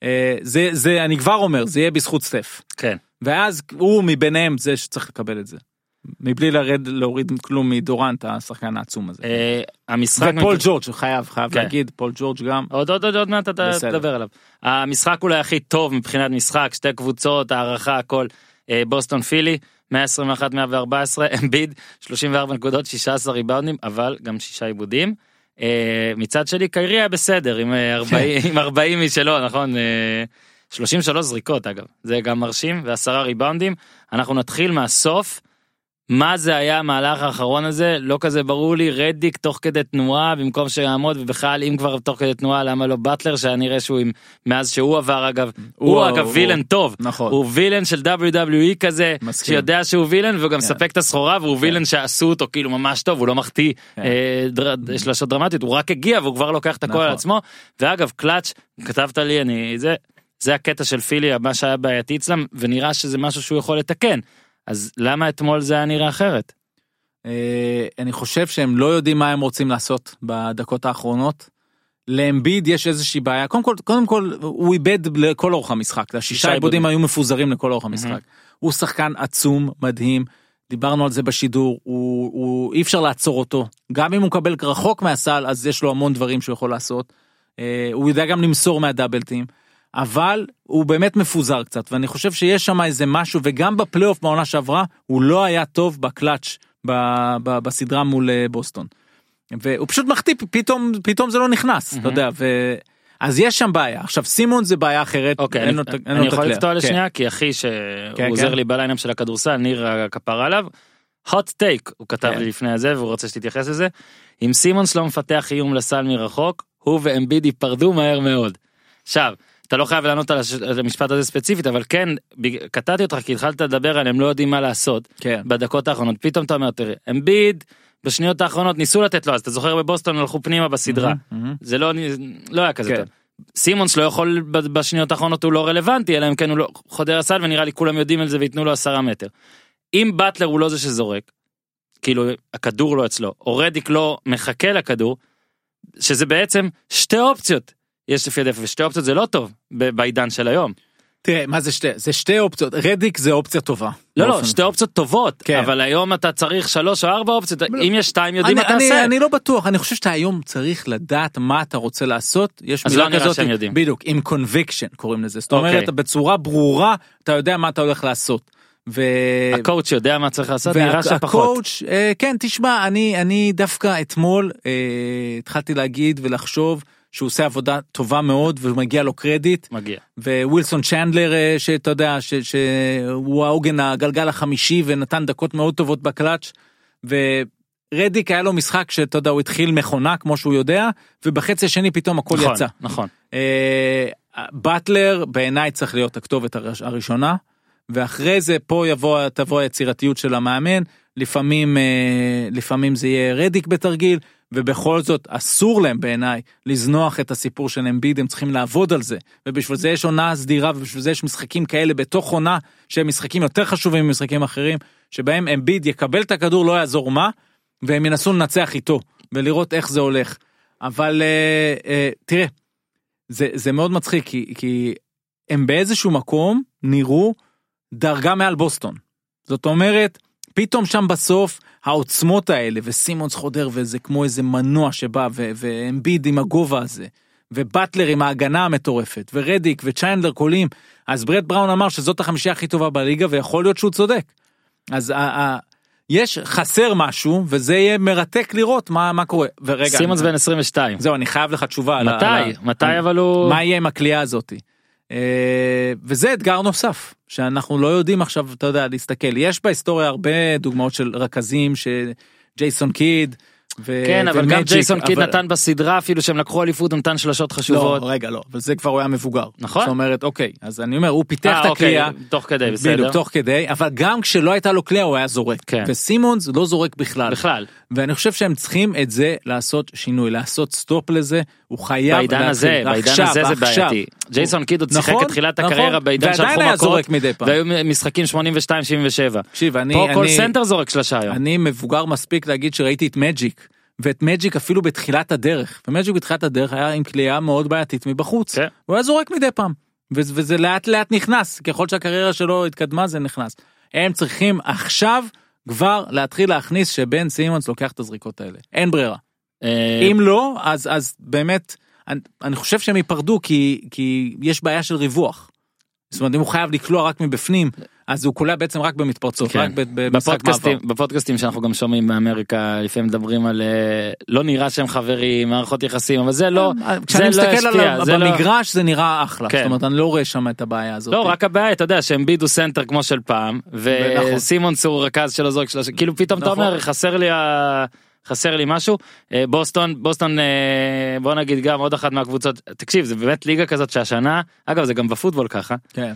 זה אני כבר אומר, זה יהיה בזכות סטף. כן. ואז הוא מביניהם זה שצריך לקבל את זה. מבלי להוריד כלום מדורנט, השחקן העצום הזה. המשחק... ופול ג'ורג' חייב להגיד, פול ג'ורג' גם. עוד מעט אתה תדבר עליו. המשחק אולי הכי טוב מבחינת משחק, שתי קבוצות, הערכה, הכל, בוסטון פילי, 121, 114, אמביד, 34 נקודות, 16 ריבאונדים, אבל גם 6 עיבודים. מצד שלי, קיירי היה בסדר, עם 40 משלו, נכון? 33 זריקות, אגב. זה גם מרשים, ו10 ריבאונדים. אנחנו נתחיל מהסוף. מה זה היה המהלך האחרון הזה? לא כזה ברור לי, רדיק תוך כדי תנועה, במקום שיעמוד, ובכלל אם כבר תוך כדי תנועה, למה לא באטלר, שאני רואה שהוא מאז שהוא עבר אגב, הוא אגב וילן טוב, הוא וילן של WWE כזה, שיודע שהוא וילן, והוא גם ספק את הסחורה, והוא וילן שעשו אותו כאילו ממש טוב, הוא לא מחטיא שלשות דרמטיות, הוא רק הגיע, והוא כבר לוקח את הכל על עצמו, ואגב קלאץ', כתבת לי, זה הקטע של פילי, מה שהיה בעייתי אצלם, ונראה שזה משהו שהוא יכול לתקן. אז למה אתמול זה היה נראה אחרת? אני חושב שהם לא יודעים מה הם רוצים לעשות בדקות האחרונות. לאמביד יש איזושהי בעיה. קודם כל, הוא איבד לכל אורך המשחק. השישה עיבודים היו מפוזרים לכל אורך המשחק. הוא שחקן עצום, מדהים. דיברנו על זה בשידור. אי אפשר לעצור אותו. גם אם הוא מקבל רחוק מהסל, אז יש לו המון דברים שהוא יכול לעשות. הוא יודע גם למסור מהדאבלטים. אבל הוא באמת מפוזר קצת, ואני חושב שיש שם איזה משהו, וגם בפלייאוף בעונה שעברה, הוא לא היה טוב בקלאץ' בסדרה מול בוסטון. והוא פשוט מחטיא, פתאום זה לא נכנס, אתה יודע, אז יש שם בעיה. עכשיו סימון זה בעיה אחרת. אוקיי, אני יכול לפתוח לשנייה, כי אחי שהוא עוזר לי בליינם של הכדורסל, ניר הכפר עליו, hot take, הוא כתב לי לפני הזה, והוא רוצה שתתייחס לזה, אם סימונס לא מפתח איום לסל מרחוק, הוא ואמביד ייפרדו מהר מאוד. עכשיו, אתה לא חייב לענות על המשפט הזה ספציפית, אבל כן, קטעתי אותך, כי התחלת לדבר עליהם, לא יודעים מה לעשות, בדקות האחרונות, פתאום אתה אומר, תראה, אמביד, בשניות האחרונות ניסו לתת לו, אז אתה זוכר בבוסטון הלכו פנימה בסדרה, זה לא היה כזה טוב. סימונס לא יכול, בשניות האחרונות הוא לא רלוונטי, אלא אם כן הוא לא חודר הסל, ונראה לי כולם יודעים על זה, ויתנו לו 10 מטר. אם באטלר הוא לא זה שזורק, כאילו הכדור לא אצלו, או רדיק לא מחכה לכדור, שזה בעצם שתי אופציות. יש לפי הדף, ושתי אופציות זה לא טוב בעידן של היום. תראה, מה זה שתי? זה שתי אופציות, רדיק זה אופציה טובה. לא, שתי אופציות טובות, אבל היום אתה צריך 3 או 4 אופציות, אם יש 2 יודעים מה תעשה. אני לא בטוח, אני חושב שאתה היום צריך לדעת מה אתה רוצה לעשות, יש מילה כזאת, אז לא נראה שהם יודעים. בדיוק, עם conviction קוראים לזה, זאת אומרת, בצורה ברורה, אתה יודע מה אתה הולך לעשות. הקואוץ' יודע מה צריך לעשות, נראה שפחות. כן, תשמע, אני דווקא אתמול התחלתי להגיד ולחשוב שהוא עושה עבודה טובה מאוד ומגיע לו קרדיט. מגיע. ווילסון צ'נדלר שאתה יודע שהוא העוגן הגלגל החמישי ונתן דקות מאוד טובות בקלאץ' ורדיק היה לו משחק שאתה יודע הוא התחיל מכונה כמו שהוא יודע ובחצי השני פתאום הכל יצא. נכון. באטלר בעיניי צריך להיות הכתובת הראשונה ואחרי זה פה תבוא היצירתיות של המאמן, לפעמים זה יהיה רדיק בתרגיל, ובכל זאת אסור להם בעיניי לזנוח את הסיפור של אמביד, הם צריכים לעבוד על זה, ובשביל זה יש עונה סדירה, ובשביל זה יש משחקים כאלה בתוך עונה, שהם משחקים יותר חשובים ממשחקים אחרים, שבהם אמביד יקבל את הכדור לא יעזור מה, והם ינסו לנצח איתו, ולראות איך זה הולך. אבל תראה, זה מאוד מצחיק, כי הם באיזשהו מקום נראו דרגה מעל בוסטון. זאת אומרת, פתאום שם בסוף העוצמות האלה, וסימונס חודר וזה כמו איזה מנוע שבא, ואמביד עם הגובה הזה, ובטלר עם ההגנה המטורפת, ורדיק וצ'יינדלר קולים, אז ברד בראון אמר שזאת החמישייה הכי טובה בליגה, ויכול להיות שהוא צודק. אז יש חסר משהו, וזה יהיה מרתק לראות מה קורה. ורגע, סימונס בן 22. זהו, אני חייב לך תשובה. מתי אבל הוא... מה יהיה עם הקליעה הזאת? וזה אתגר נוסף, שאנחנו לא יודעים עכשיו, אתה יודע, להסתכל. יש בהיסטוריה הרבה דוגמאות של רכזים, שג'ייסון קיד, כן, אבל גם ג'ייסון קיד נתן בסדרה, אפילו שהם לקחו אליפות, נתן שלשות חשובות. לא, רגע, לא, אבל זה כבר הוא היה מבוגר. נכון. זאת אומרת, אוקיי, אז אני אומר, הוא פיתח את הקליעה. תוך כדי, בסדר. תוך כדי, אבל גם כשלא הייתה לו קליעה, הוא היה זורק. וסימונס לא זורק בכלל. ואני חושב שהם צריכים את זה לעשות שינוי, לעשות סטופ לזה, הוא חייב בעידן הזה זה בעייתי. ג'ייסון קיד עוד שיחק את תחילת הקריירה בעידן שלחו מכות, והיו משחקים 82-77. פה כל סנטר זורק שלושה היום. אני מבוגר מספיק להגיד שראיתי את מג'יק, ואת מג'יק אפילו בתחילת הדרך, ומג'יק בתחילת הדרך היה עם קליעה מאוד בעייתית מבחוץ, הוא היה זורק מדי פעם, וזה לאט לאט נכנס, ככל שהקריירה שלו התקדמה זה נכנס. הם צריכים עכשיו כבר להתחיל להכניס שבן סימונס לוקח את הזריקות האלה, אין ברירה. אם לא, אז באמת, אני חושב שהם ייפרדו, כי יש בעיה של ריווח. זאת אומרת, אם הוא חייב לקלוע רק מבפנים, אז הוא קולע בעצם רק במתפרצות, רק במשחק מעבר. בפודקאסטים שאנחנו גם שומעים באמריקה, לפעמים מדברים על, לא נראה שהם חברים, מערכות יחסים, אבל זה לא, כשאני מסתכל עליו במגרש זה נראה אחלה, זאת אומרת, אני לא רואה שם את הבעיה הזאת. לא, רק הבעיה, אתה יודע, שהם בידו סנטר כמו של פעם, וסימונס הוא רכז של הזורק שלו, כאילו פתאום אתה אומר, חסר לי משהו. בוסטון, בוא נגיד גם עוד אחת מהקבוצות, תקשיב, זה באמת ליגה כזאת שהשנה, אגב זה גם בפוטבול ככה,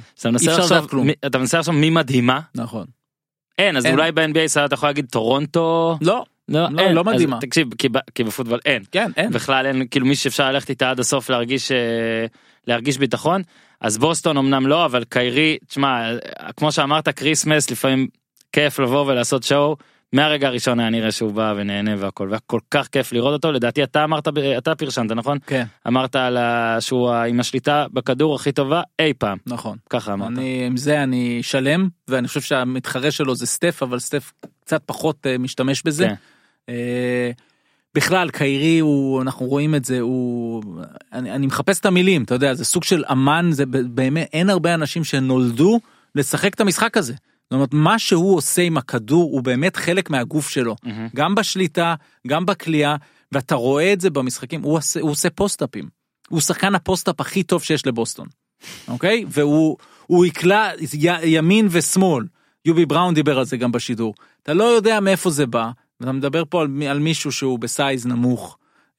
אתה מנסה עכשיו מי מדהימה, נכון. אין, אז אולי ב-NBA אתה יכול להגיד טורונטו, לא מדהימה. תקשיב, כי בפוטבול אין, בכלל אין, כאילו מי שאפשר ללכת איתה עד הסוף להרגיש ביטחון, אז בוסטון אמנם לא, אבל קיירי, תשמע, כמו שאמרת, קריסמס, לפעמים כיף לבוא ולעשות שואו, מהרגע הראשון היה נראה שהוא בא ונהנה והכל, והיה כל כך כיף לראות אותו, לדעתי אתה פרשנת, נכון? כן. אמרת שהוא עם השליטה בכדור הכי טובה אי פעם. נכון. ככה אמרת. עם זה אני שלם, ואני חושב שהמתחרה שלו זה סטף, אבל סטף קצת פחות משתמש בזה. כן. בכלל, קיירי, אנחנו רואים את זה, אני מחפש את המילים, אתה יודע, זה סוג של אמן, זה באמת, אין הרבה אנשים שנולדו לשחק את המשחק הזה. זאת אומרת, מה שהוא עושה עם הכדור הוא באמת חלק מהגוף שלו, גם בשליטה, גם בקליעה, ואתה רואה את זה במשחקים, הוא עושה פוסט-אפים, הוא שחקן הפוסט-אפ הכי טוב שיש לבוסטון, אוקיי? והוא יקלע ימין ושמאל, יובי בראון דיבר על זה גם בשידור, אתה לא יודע מאיפה זה בא, ואתה מדבר פה על מישהו שהוא בסייז נמוך,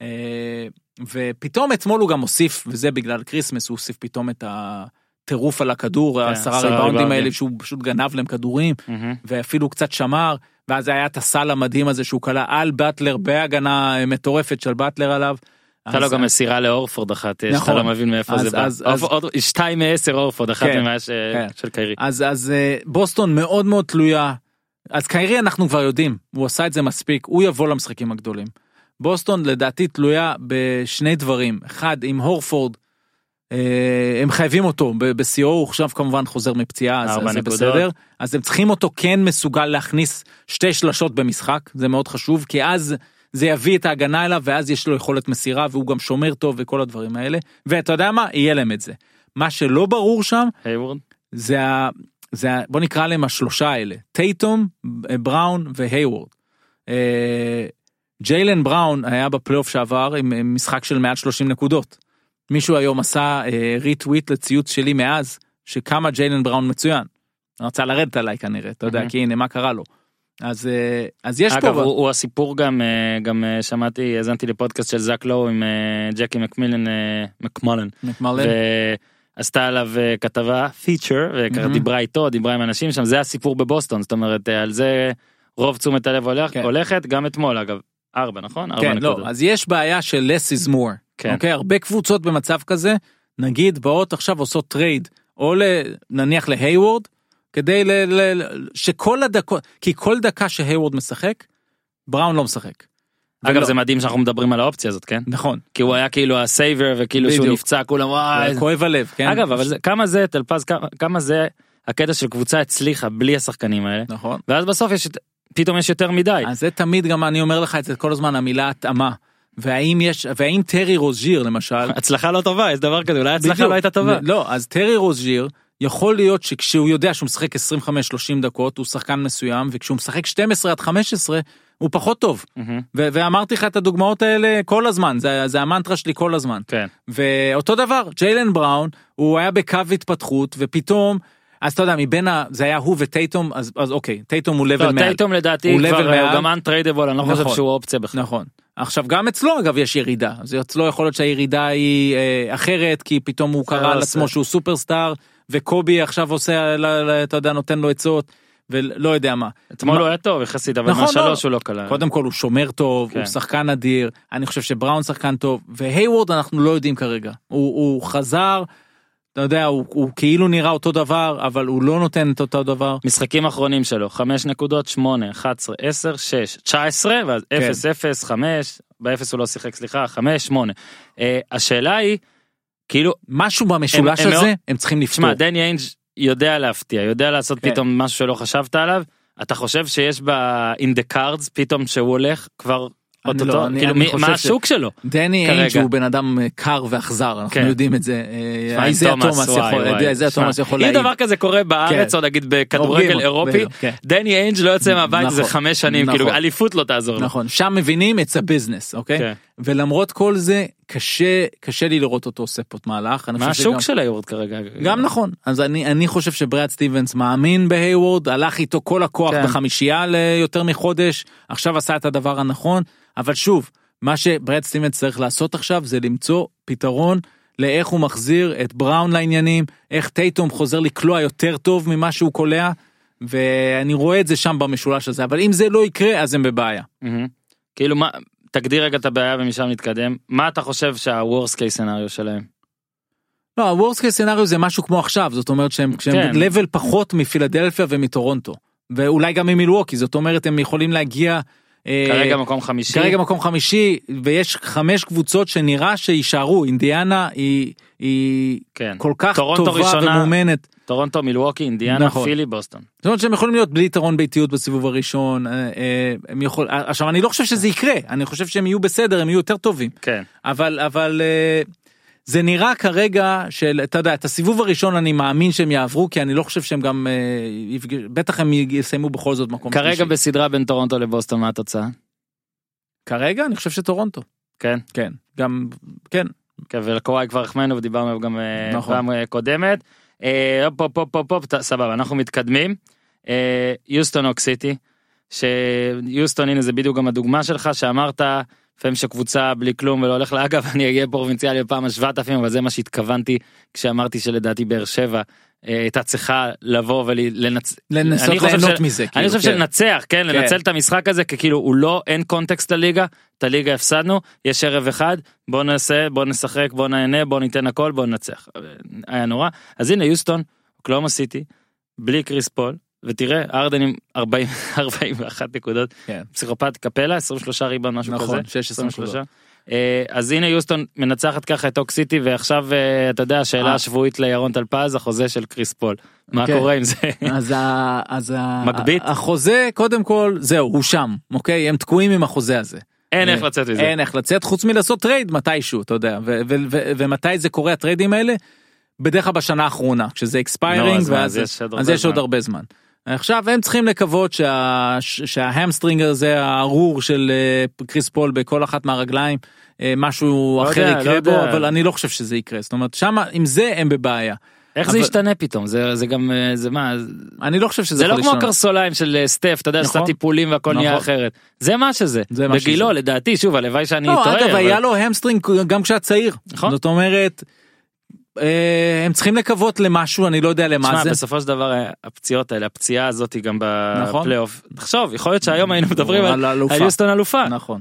ופתאום אתמול הוא גם הוסיף, וזה בגלל קריסמס, הוא הוסיף פתאום את טירוף על הכדור, 10 ריבאונדים האלה שהוא פשוט גנב להם כדורים, ואפילו קצת שמר, ואז היה את הסל המדהים הזה שהוא קלה על באטלר, בהגנה מטורפת של באטלר עליו. אתה לא גם מסירה לאורפורד אחת, שאתה לא מבין מאיפה זה בא. 2 מ-10 אורפורד, אחת ממה של קיירי. אז בוסטון מאוד מאוד תלויה, אז קיירי אנחנו כבר יודעים, הוא עשה את זה מספיק, הוא יבוא למשחקים הגדולים. בוסטון לדעתי תלויה בשני דברים, אחד עם הורפורד, הם חייבים אותו בסיור, הוא עכשיו כמובן חוזר מפציעה, אז זה בסדר, אז הם צריכים אותו כן מסוגל להכניס 2 שלשות במשחק, זה מאוד חשוב, כי אז זה יביא את ההגנה אליו, ואז יש לו יכולת מסירה, והוא גם שומר טוב וכל הדברים האלה, ואתה יודע מה? יהיה להם את זה. מה שלא ברור שם, זה בוא נקרא להם השלושה האלה, טייטום, בראון והייוורד. ג'יילן בראון היה בפלייאוף שעבר עם משחק של מעל 30 נקודות. מישהו היום עשה ריטוויט לציוץ שלי מאז, שכמה ג'יילן בראון מצוין. רצה לרדת עליי כנראה, אתה יודע, כי הנה מה קרה לו. אז יש פה... אגב, הוא הסיפור גם שמעתי, הזנתי לפודקאסט של זק לואו עם ג'קי מקמולן. ועשתה עליו כתבה, פיצ'ר, ודיברה איתו, דיברה עם אנשים שם, זה הסיפור בבוסטון, זאת אומרת, על זה רוב תשומת הלב הולכת, גם אתמול אגב, 4, נכון? 4 כן, לא, אז יש בעיה של less is more. אוקיי, הרבה קבוצות במצב כזה, נגיד באות עכשיו עושות טרייד, או נניח להייוורד, כדי שכל הדקות, כי כל דקה שהייוורד משחק, בראון לא משחק. אגב זה מדהים שאנחנו מדברים על האופציה הזאת, כן? נכון. כי הוא היה כאילו הסייבר, וכאילו שהוא נפצע, כולם וואי. כואב הלב, כן? אגב, אבל כמה זה, תלפז, כמה זה הקטע של קבוצה הצליחה בלי השחקנים האלה. נכון. ואז בסוף פתאום יש יותר מדי. אז זה תמיד גם, אני אומר לך את זה כל הזמן, המילה התאמה. והאם טרי רוז'יר למשל, הצלחה לא טובה, יש דבר כזה, אולי הצלחה לא הייתה טובה. לא, אז טרי רוז'יר יכול להיות שכשהוא יודע שהוא משחק 25-30 דקות, הוא שחקן מסוים, וכשהוא משחק 12-15, הוא פחות טוב. ואמרתי לך את הדוגמאות האלה כל הזמן, זה המנטרה שלי כל הזמן. ואותו דבר, ג'יילן בראון, הוא היה בקו התפתחות, ופתאום, אז אתה יודע, זה היה הוא וטייטום, אז אוקיי, טייטום הוא לבל מעל. טייטום לדעתי כבר גם אנטריידבול, אני לא חושב שהוא אופציה בכלל. נכון. עכשיו גם אצלו אגב יש ירידה, אז אצלו יכול להיות שהירידה היא אחרת, כי פתאום הוא קרא על עצמו שהוא סופרסטאר, וקובי עכשיו עושה, אתה יודע, נותן לו עצות, ולא יודע מה. אתמול הוא היה טוב, יחסית, אבל מהשלוש הוא לא קלה. קודם כל הוא שומר טוב, הוא שחקן אדיר, אני חושב שבראון שחקן טוב, והייוורד אנחנו לא יודעים כרגע. הוא חזר, אתה יודע, הוא כאילו נראה אותו דבר, אבל הוא לא נותן את אותו דבר. משחקים האחרונים שלו, 5 נקודות, 8, 11, 10, 6, 19, ואז 0, 0, 5, ב-0 הוא לא שיחק, סליחה, 5, 8. השאלה היא, כאילו... משהו במשולש הזה, הם צריכים לפתור. שמע, דני איינג' יודע להפתיע, יודע לעשות פתאום משהו שלא חשבת עליו, אתה חושב שיש ב-in the cards, פתאום שהוא הולך כבר מה השוק שלו? דני איינג' הוא בן אדם קר ואכזר, אנחנו יודעים את זה. איזיה תומאס יכול אם דבר כזה קורה בארץ או נגיד בכדורגל אירופי, דני איינג' לא יוצא מהבית זה 5 שנים, כאילו אליפות לא תעזור. נכון, שם מבינים it's a business, אוקיי? ולמרות כל זה קשה לי לראות אותו עושה פה מהלך. מה השוק של היוורד כרגע? גם נכון, אז אני חושב שברד סטיבנס מאמין בהיוורד, הלך איתו כל הכוח בחמישייה ליותר מחודש, עכשיו עשה את הדבר הנכון, אבל שוב, מה שברד סטיבנס צריך לעשות עכשיו זה למצוא פתרון לאיך הוא מחזיר את בראון לעניינים, איך טייטום חוזר לקלוע יותר טוב ממה שהוא קולע, ואני רואה את זה שם במשולש הזה, אבל אם זה לא יקרה אז הם בבעיה. כאילו מה, תגדיר רגע את הבעיה ומשם נתקדם, מה אתה חושב שה-worst case scenario שלהם? לא, ה-worst case scenario זה משהו כמו עכשיו, זאת אומרת שהם level פחות מפילדלפיה ומטורונטו, ואולי גם ממילווקי, זאת אומרת הם יכולים להגיע כרגע מקום חמישי. כרגע מקום חמישי, ויש 5 קבוצות שנראה שישארו, אינדיאנה היא כל כך טובה ומומנת. טורונטו, מילווקי, אינדיאנה, פילי, בוסטון. זאת אומרת שהם יכולים להיות בלי יתרון ביתיות בסיבוב הראשון, עכשיו אני לא חושב שזה יקרה, אני חושב שהם יהיו בסדר, הם יהיו יותר טובים. כן. אבל זה נראה כרגע של, אתה יודע, את הסיבוב הראשון אני מאמין שהם יעברו, כי אני לא חושב שהם גם, בטח הם יסיימו בכל זאת מקום שלישי. כרגע בסדרה בין טורונטו לבוסטון, מה התוצאה? כרגע אני חושב שטורונטו. כן? כן, גם, כן. כן, ולקוואי כבר החמנו ודיברנו גם פעם קודמת. סבבה, אנחנו מתקדמים. יוסטון אוק סיטי, שיוסטון, הנה זה בדיוק גם הדוגמה שלך, שאמרת, לפעמים שקבוצה בלי כלום ולא הולך לה, אגב אני אגיע פרובינציאלי בפעם 7,000, אבל זה מה שהתכוונתי כשאמרתי שלדעתי באר שבע הייתה צריכה לבוא ולנסות ליהנות מזה. אני חושב שלנצח, כן, לנצל את המשחק הזה, כי כאילו הוא לא, אין קונטקסט לליגה, את הליגה הפסדנו, יש ערב אחד, בוא נעשה, בוא נשחק, בוא נהנה, בוא ניתן הכל, בוא ננצח. היה נורא. אז הנה יוסטון, אוקלהומה סיטי, בלי קריס פול, ותראה, ארדן עם 41 נקודות, פסיכופת קפלה, 23 ריבאונד, משהו כזה. נכון, 16 נקודות. אז הנה יוסטון מנצחת ככה את אוק סיטי, ועכשיו אתה יודע, השאלה השבועית לירון טלפז, החוזה של קריס פול. מה קורה עם זה? אז החוזה, קודם כל, זהו, הוא שם, אוקיי? הם תקועים עם החוזה הזה. אין איך לצאת מזה. אין איך לצאת, חוץ מלעשות טרייד מתישהו, אתה יודע. ומתי זה קורה, הטריידים האלה? בדרך כלל בשנה האחרונה, כשזה אקספיירינג, אז יש עוד הרבה זמן. עכשיו הם צריכים לקוות שההמסטרינג הזה, הארור של קריס פול בכל אחת מהרגליים, משהו אחר יקרה בו, אבל אני לא חושב שזה יקרה. זאת אומרת, שמה, עם זה הם בבעיה. איך זה ישתנה פתאום? זה גם, זה מה? אני לא חושב שזה זה לא כמו הקרסוליים של סטף, אתה יודע, שעשה טיפולים והכל נהיה אחרת. זה מה שזה. בגילו, לדעתי, שוב, הלוואי שאני טועה. אגב, היה לו המסטרינג גם כשהיה צעיר. זאת אומרת, הם צריכים לקוות למשהו, אני לא יודע למה זה. בסופו של דבר הפציעות האלה, הפציעה הזאת היא גם בפלייאוף. תחשוב, יכול להיות שהיום היינו מדברים על יוסטון אלופה. נכון.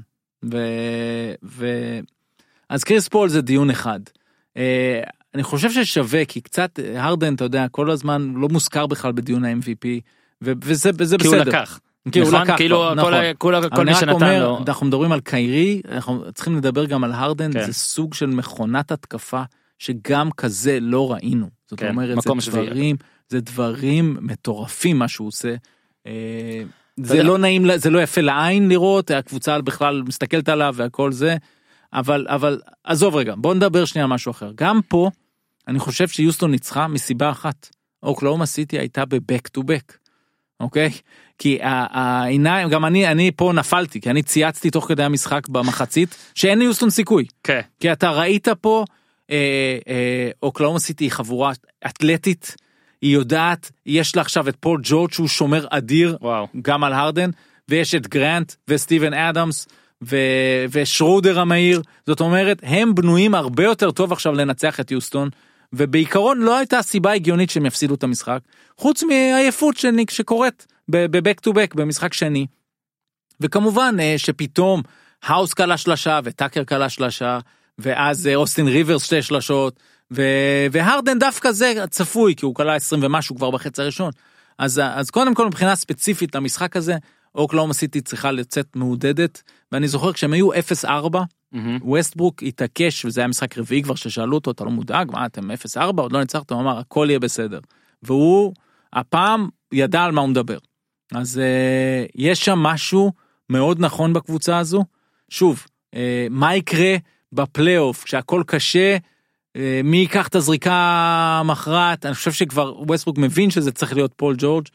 אז קריס פול זה דיון אחד. אני חושב ששווה, כי קצת הרדן, אתה יודע, כל הזמן לא מוזכר בכלל בדיון ה-MVP, וזה בסדר. כי הוא לקח. כאילו כל מי שנתן לו. אנחנו מדברים על קיירי, אנחנו צריכים לדבר גם על הרדן, זה סוג של מכונת התקפה, שגם כזה לא ראינו. זאת אומרת, זה דברים מטורפים מה שהוא עושה. זה לא נעים, זה לא יפה לעין לראות, הקבוצה בכלל מסתכלת עליו והכל זה, אבל עזוב רגע, בוא נדבר שנייה על משהו אחר. גם פה, אני חושב שיוסטון ניצחה מסיבה אחת. אוקלהומה סיטי הייתה בבק טו בק. אוקיי? כי העיניים, גם אני פה נפלתי, כי אני צייצתי תוך כדי המשחק במחצית, שאין ליוסטון סיכוי. כי אתה ראית פה, אוקלהומה סיטי היא חבורה אתלטית, היא יודעת, יש לה עכשיו את פול ג'ורג' שהוא שומר אדיר, גם על הרדן, ויש את גרנט וסטיבן אדמס, ושרודר המהיר, זאת אומרת, הם בנויים הרבה יותר טוב עכשיו לנצח את יוסטון, ובעיקרון לא הייתה סיבה הגיונית שהם יפסידו את המשחק, חוץ מהעייפות שקורית בבק טו בק, במשחק שני, וכמובן שפתאום האוס קלה שלשה, וטאקר קלה שלשה, ואז אוסטין ריברס 2 שלשות, והרדן דווקא זה צפוי, כי הוא קלה 20 ומשהו כבר בחצי הראשון, אז קודם כל מבחינה ספציפית למשחק הזה, אוקלהומה סיטי צריכה לצאת מעודדת, ואני זוכר כשהם היו 0-4, ווסטברוק התעקש, וזה היה משחק רביעי כבר ששאלו אותו, אתה לא מודאג, מה אתם 0-4, עוד לא ניצחתם, הוא אמר, הכל יהיה בסדר, והוא הפעם ידע על מה הוא מדבר, אז יש שם משהו מאוד נכון בקבוצה הזו, שוב, מה יקרה בפלייאוף, כשהכל קשה, מי ייקח את הזריקה המכרעת, אני חושב שכבר ווסטברוק מבין שזה צריך להיות פול ג'ורג',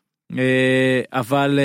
אבל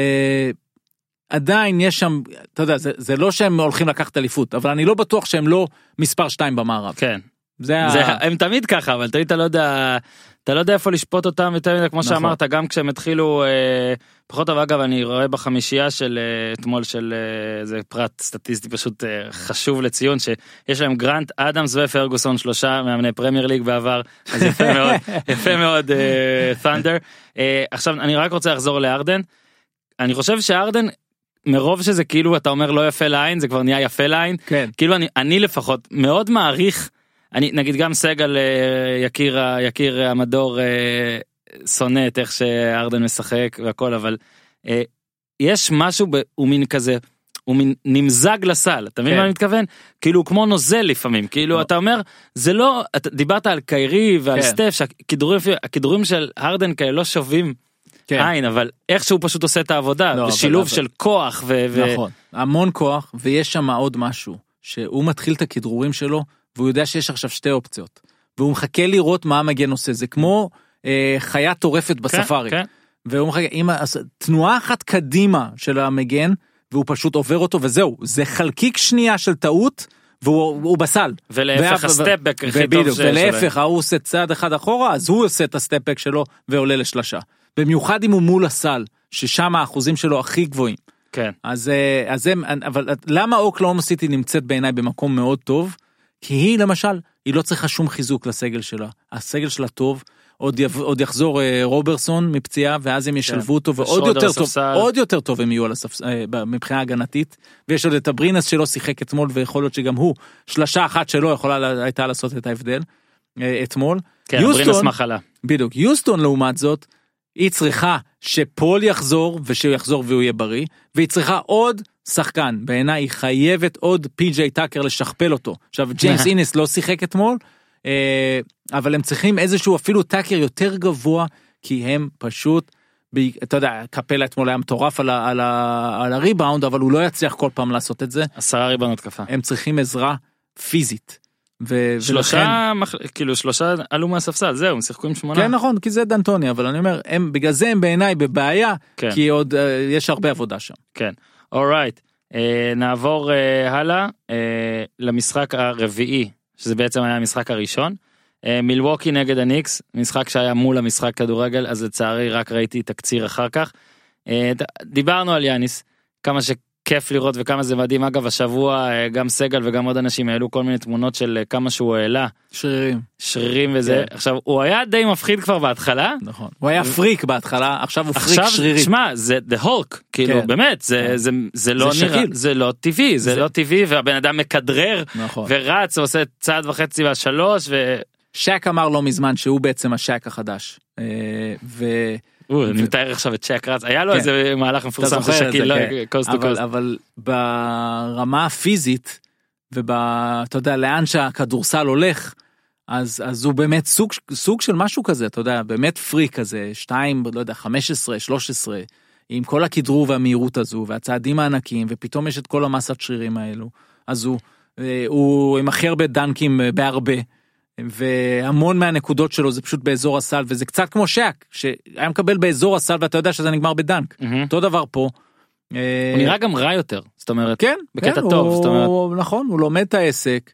עדיין יש שם, אתה יודע, זה לא שהם הולכים לקחת אליפות, אבל אני לא בטוח שהם לא מספר 2 במערב. כן. הם תמיד ככה, אבל תמיד אתה לא יודע איפה לשפוט אותם, כמו שאמרת, גם כשהם התחילו, פחות אבל אגב, אני רואה בחמישייה של אתמול של איזה פרט סטטיסטי פשוט חשוב לציון, שיש להם גרנט, אדמס ופרגוסון, 3 מאמני פרמייר ליג בעבר, אז יפה מאוד ת'נדר. עכשיו אני רק רוצה לחזור לארדן, אני חושב שארדן, מרוב שזה כאילו אתה אומר לא יפה לעין, זה כבר נהיה יפה לעין, כאילו אני לפחות מאוד מעריך, אני נגיד גם סגל יקיר המדור שונא את איך שארדן משחק והכל, אבל יש משהו, הוא מין כזה, הוא מין נמזג לסל, אתה מבין מה אני מתכוון? כאילו כמו נוזל לפעמים, כאילו אתה אומר, זה לא, דיברת על קיירי ועל סטף, שהכדורים של ארדן כאלה לא שווים עין, אבל איך שהוא פשוט עושה את העבודה, בשילוב של כוח נכון, המון כוח, ויש שם עוד משהו, שהוא מתחיל את הכדרורים שלו, והוא יודע שיש עכשיו 2 אופציות, והוא מחכה לראות מה המגן עושה, זה כמו חיה טורפת בספארי, והוא מחכה, תנועה אחת קדימה של המגן, והוא פשוט עובר אותו, וזהו, זה חלקיק שנייה של טעות, והוא בסל. ולהפך הסטפבק הכי טוב שלו. ולהפך, הוא עושה צעד אחד אחורה, אז הוא עושה את הסטפבק שלו, ועולה לשלשה. במיוחד אם הוא מול הסל, ששם האחוזים שלו הכי גבוהים. כן. אבל למה אוקלהומה סיטי נמצאת בעיניי במקום מאוד טוב? כי היא למשל, היא לא צריכה שום חיזוק לסגל שלה. הסגל שלה טוב, עוד יחזור רוברסון מפציעה, ואז הם ישלבו אותו, ועוד יותר טוב הם יהיו מבחינה הגנתית, ויש עוד את הברינס שלא שיחק אתמול, ויכול להיות שגם הוא, שלשה אחת שלו יכולה הייתה לעשות את ההבדל אתמול. כן, הברינס מחלה. בדיוק, יוסטון לעומת זאת, היא צריכה שפול יחזור, ושהוא יחזור והוא יהיה בריא, והיא צריכה עוד שחקן, בעיניי היא חייבת עוד פי.ג'יי טאקר לשכפל אותו. עכשיו, ג'יימס אינס לא שיחק אתמול, אבל הם צריכים איזשהו אפילו טאקר יותר גבוה, כי הם פשוט, אתה יודע, קפלה אתמול היה מטורף על הריבאונד, אבל הוא לא יצליח כל פעם לעשות את זה. 10 ריבאונד התקפה. הם צריכים עזרה פיזית. כאילו 3 עלו מהספסל, זהו, הם שיחקו עם 8. כן, נכון, כי זה דנטוני, אבל אני אומר, בגלל זה הם בעיניי בבעיה, כי עוד יש הרבה עבודה שם. כן, אורייט. נעבור הלאה למשחק הרביעי, שזה בעצם היה המשחק הראשון. מילווקי נגד הניקס, משחק שהיה מול המשחק כדורגל, אז לצערי רק ראיתי תקציר אחר כך. דיברנו על יאניס, כמה שכיף לראות וכמה זה מדהים. אגב, השבוע גם סגל וגם עוד אנשים העלו כל מיני תמונות של כמה שהוא העלה. שרירים וזה. עכשיו, הוא היה די מפחיד כבר בהתחלה. נכון. הוא היה פריק בהתחלה, עכשיו הוא פריק שרירי. שמע, זה The Hulk, כאילו, באמת, זה לא נראה, זה לא טבעי, זה לא טבעי, והבן אדם מקדרר, ורץ, ועושה צעד וחצי והשלוש, שק אמר לא מזמן שהוא בעצם השק החדש. אני מתאר עכשיו את שק רץ, היה לו איזה מהלך מפורסם של שקיל, קוסט טו קוסט. אבל ברמה הפיזית, ואתה יודע, לאן שהכדורסל הולך, אז הוא באמת סוג של משהו כזה, אתה יודע, באמת פריק כזה, 2, לא יודע, 15, 13, עם כל הכדרור והמהירות הזו, והצעדים הענקים, ופתאום יש את כל המסת שרירים האלו, אז הוא עם הכי הרבה דנקים בהרבה, והמון מהנקודות שלו זה פשוט באזור הסל, וזה קצת כמו שק, שהיה מקבל באזור הסל, ואתה יודע שזה נגמר בדנק. אותו דבר פה. הוא נראה גם רע יותר, זאת אומרת, כן, בקטע טוב, זאת אומרת. נכון, הוא לומד את העסק.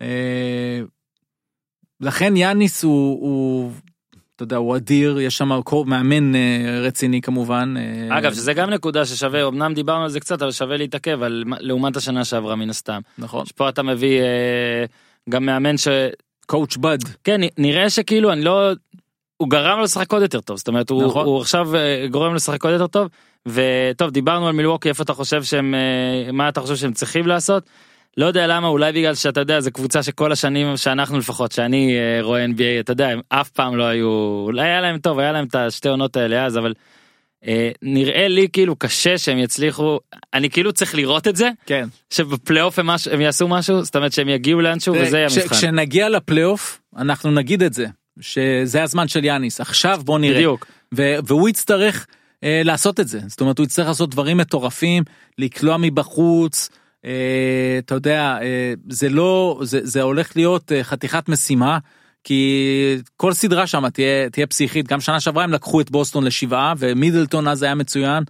לכן יאניס הוא, אתה יודע, הוא אדיר, יש שם מאמן רציני כמובן. אגב, שזה גם נקודה ששווה, אמנם דיברנו על זה קצת, אבל שווה להתעכב, לעומת השנה שעברה מן הסתם. נכון. שפה אתה מביא גם מאמן קואוץ' בד. כן, נראה שכאילו, הוא גרם לו לשחק עוד יותר טוב, זאת אומרת, הוא עכשיו גורם לו לשחק עוד יותר טוב, וטוב, דיברנו על מילווקי, איפה אתה חושב שהם, מה אתה חושב שהם צריכים לעשות? לא יודע למה, אולי בגלל שאתה יודע, זו קבוצה שכל השנים שאנחנו לפחות, שאני רואה NBA, אתה יודע, הם אף פעם לא היו, אולי היה להם טוב, היה להם את השתי עונות האלה אז, אבל נראה לי כאילו קשה שהם יצליחו, אני כאילו צריך לראות את זה, כן. שבפלייאוף הם יעשו משהו, זאת אומרת שהם יגיעו לאנשהו וזה יהיה מבחן. כשנגיע לפלייאוף, אנחנו נגיד את זה, שזה הזמן של יאניס, עכשיו בוא נראה. בדיוק. והוא יצטרך לעשות את זה, זאת אומרת הוא יצטרך לעשות דברים מטורפים, לקלוע מבחוץ, אתה יודע, זה הולך להיות חתיכת משימה, כי כל סדרה שם תהיה פסיכית, גם שנה שעברה הם לקחו את בוסטון לשבעה, ומידלטון אז היה מצוין,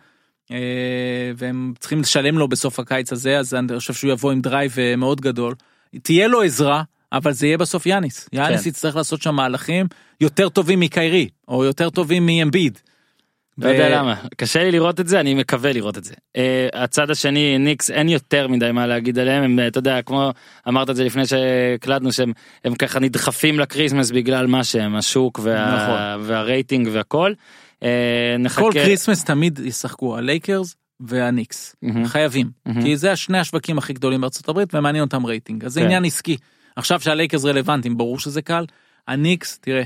והם צריכים לשלם לו בסוף הקיץ הזה, אז אני חושב שהוא יבוא עם דרייב מאוד גדול, תהיה לו עזרה, אבל זה יהיה בסוף יאניס יצטרך לעשות שם מהלכים יותר טובים מקיירי, או יותר טובים מאמביד. לא יודע למה, קשה לי לראות את זה, אני מקווה לראות את זה. הצד השני, ניקס, אין יותר מדי מה להגיד עליהם, אתה יודע, כמו אמרת את זה לפני שקלטנו, שהם ככה נדחפים לקריסמס בגלל מה שהם, השוק והרייטינג והכל. כל קריסמס תמיד ישחקו הלייקרס והניקס, חייבים, כי זה השני השווקים הכי גדולים בארצות הברית, ומעניין אותם רייטינג, אז זה עניין עסקי. עכשיו שהלייקרס רלוונטיים, ברור שזה קל, הניקס, תראה,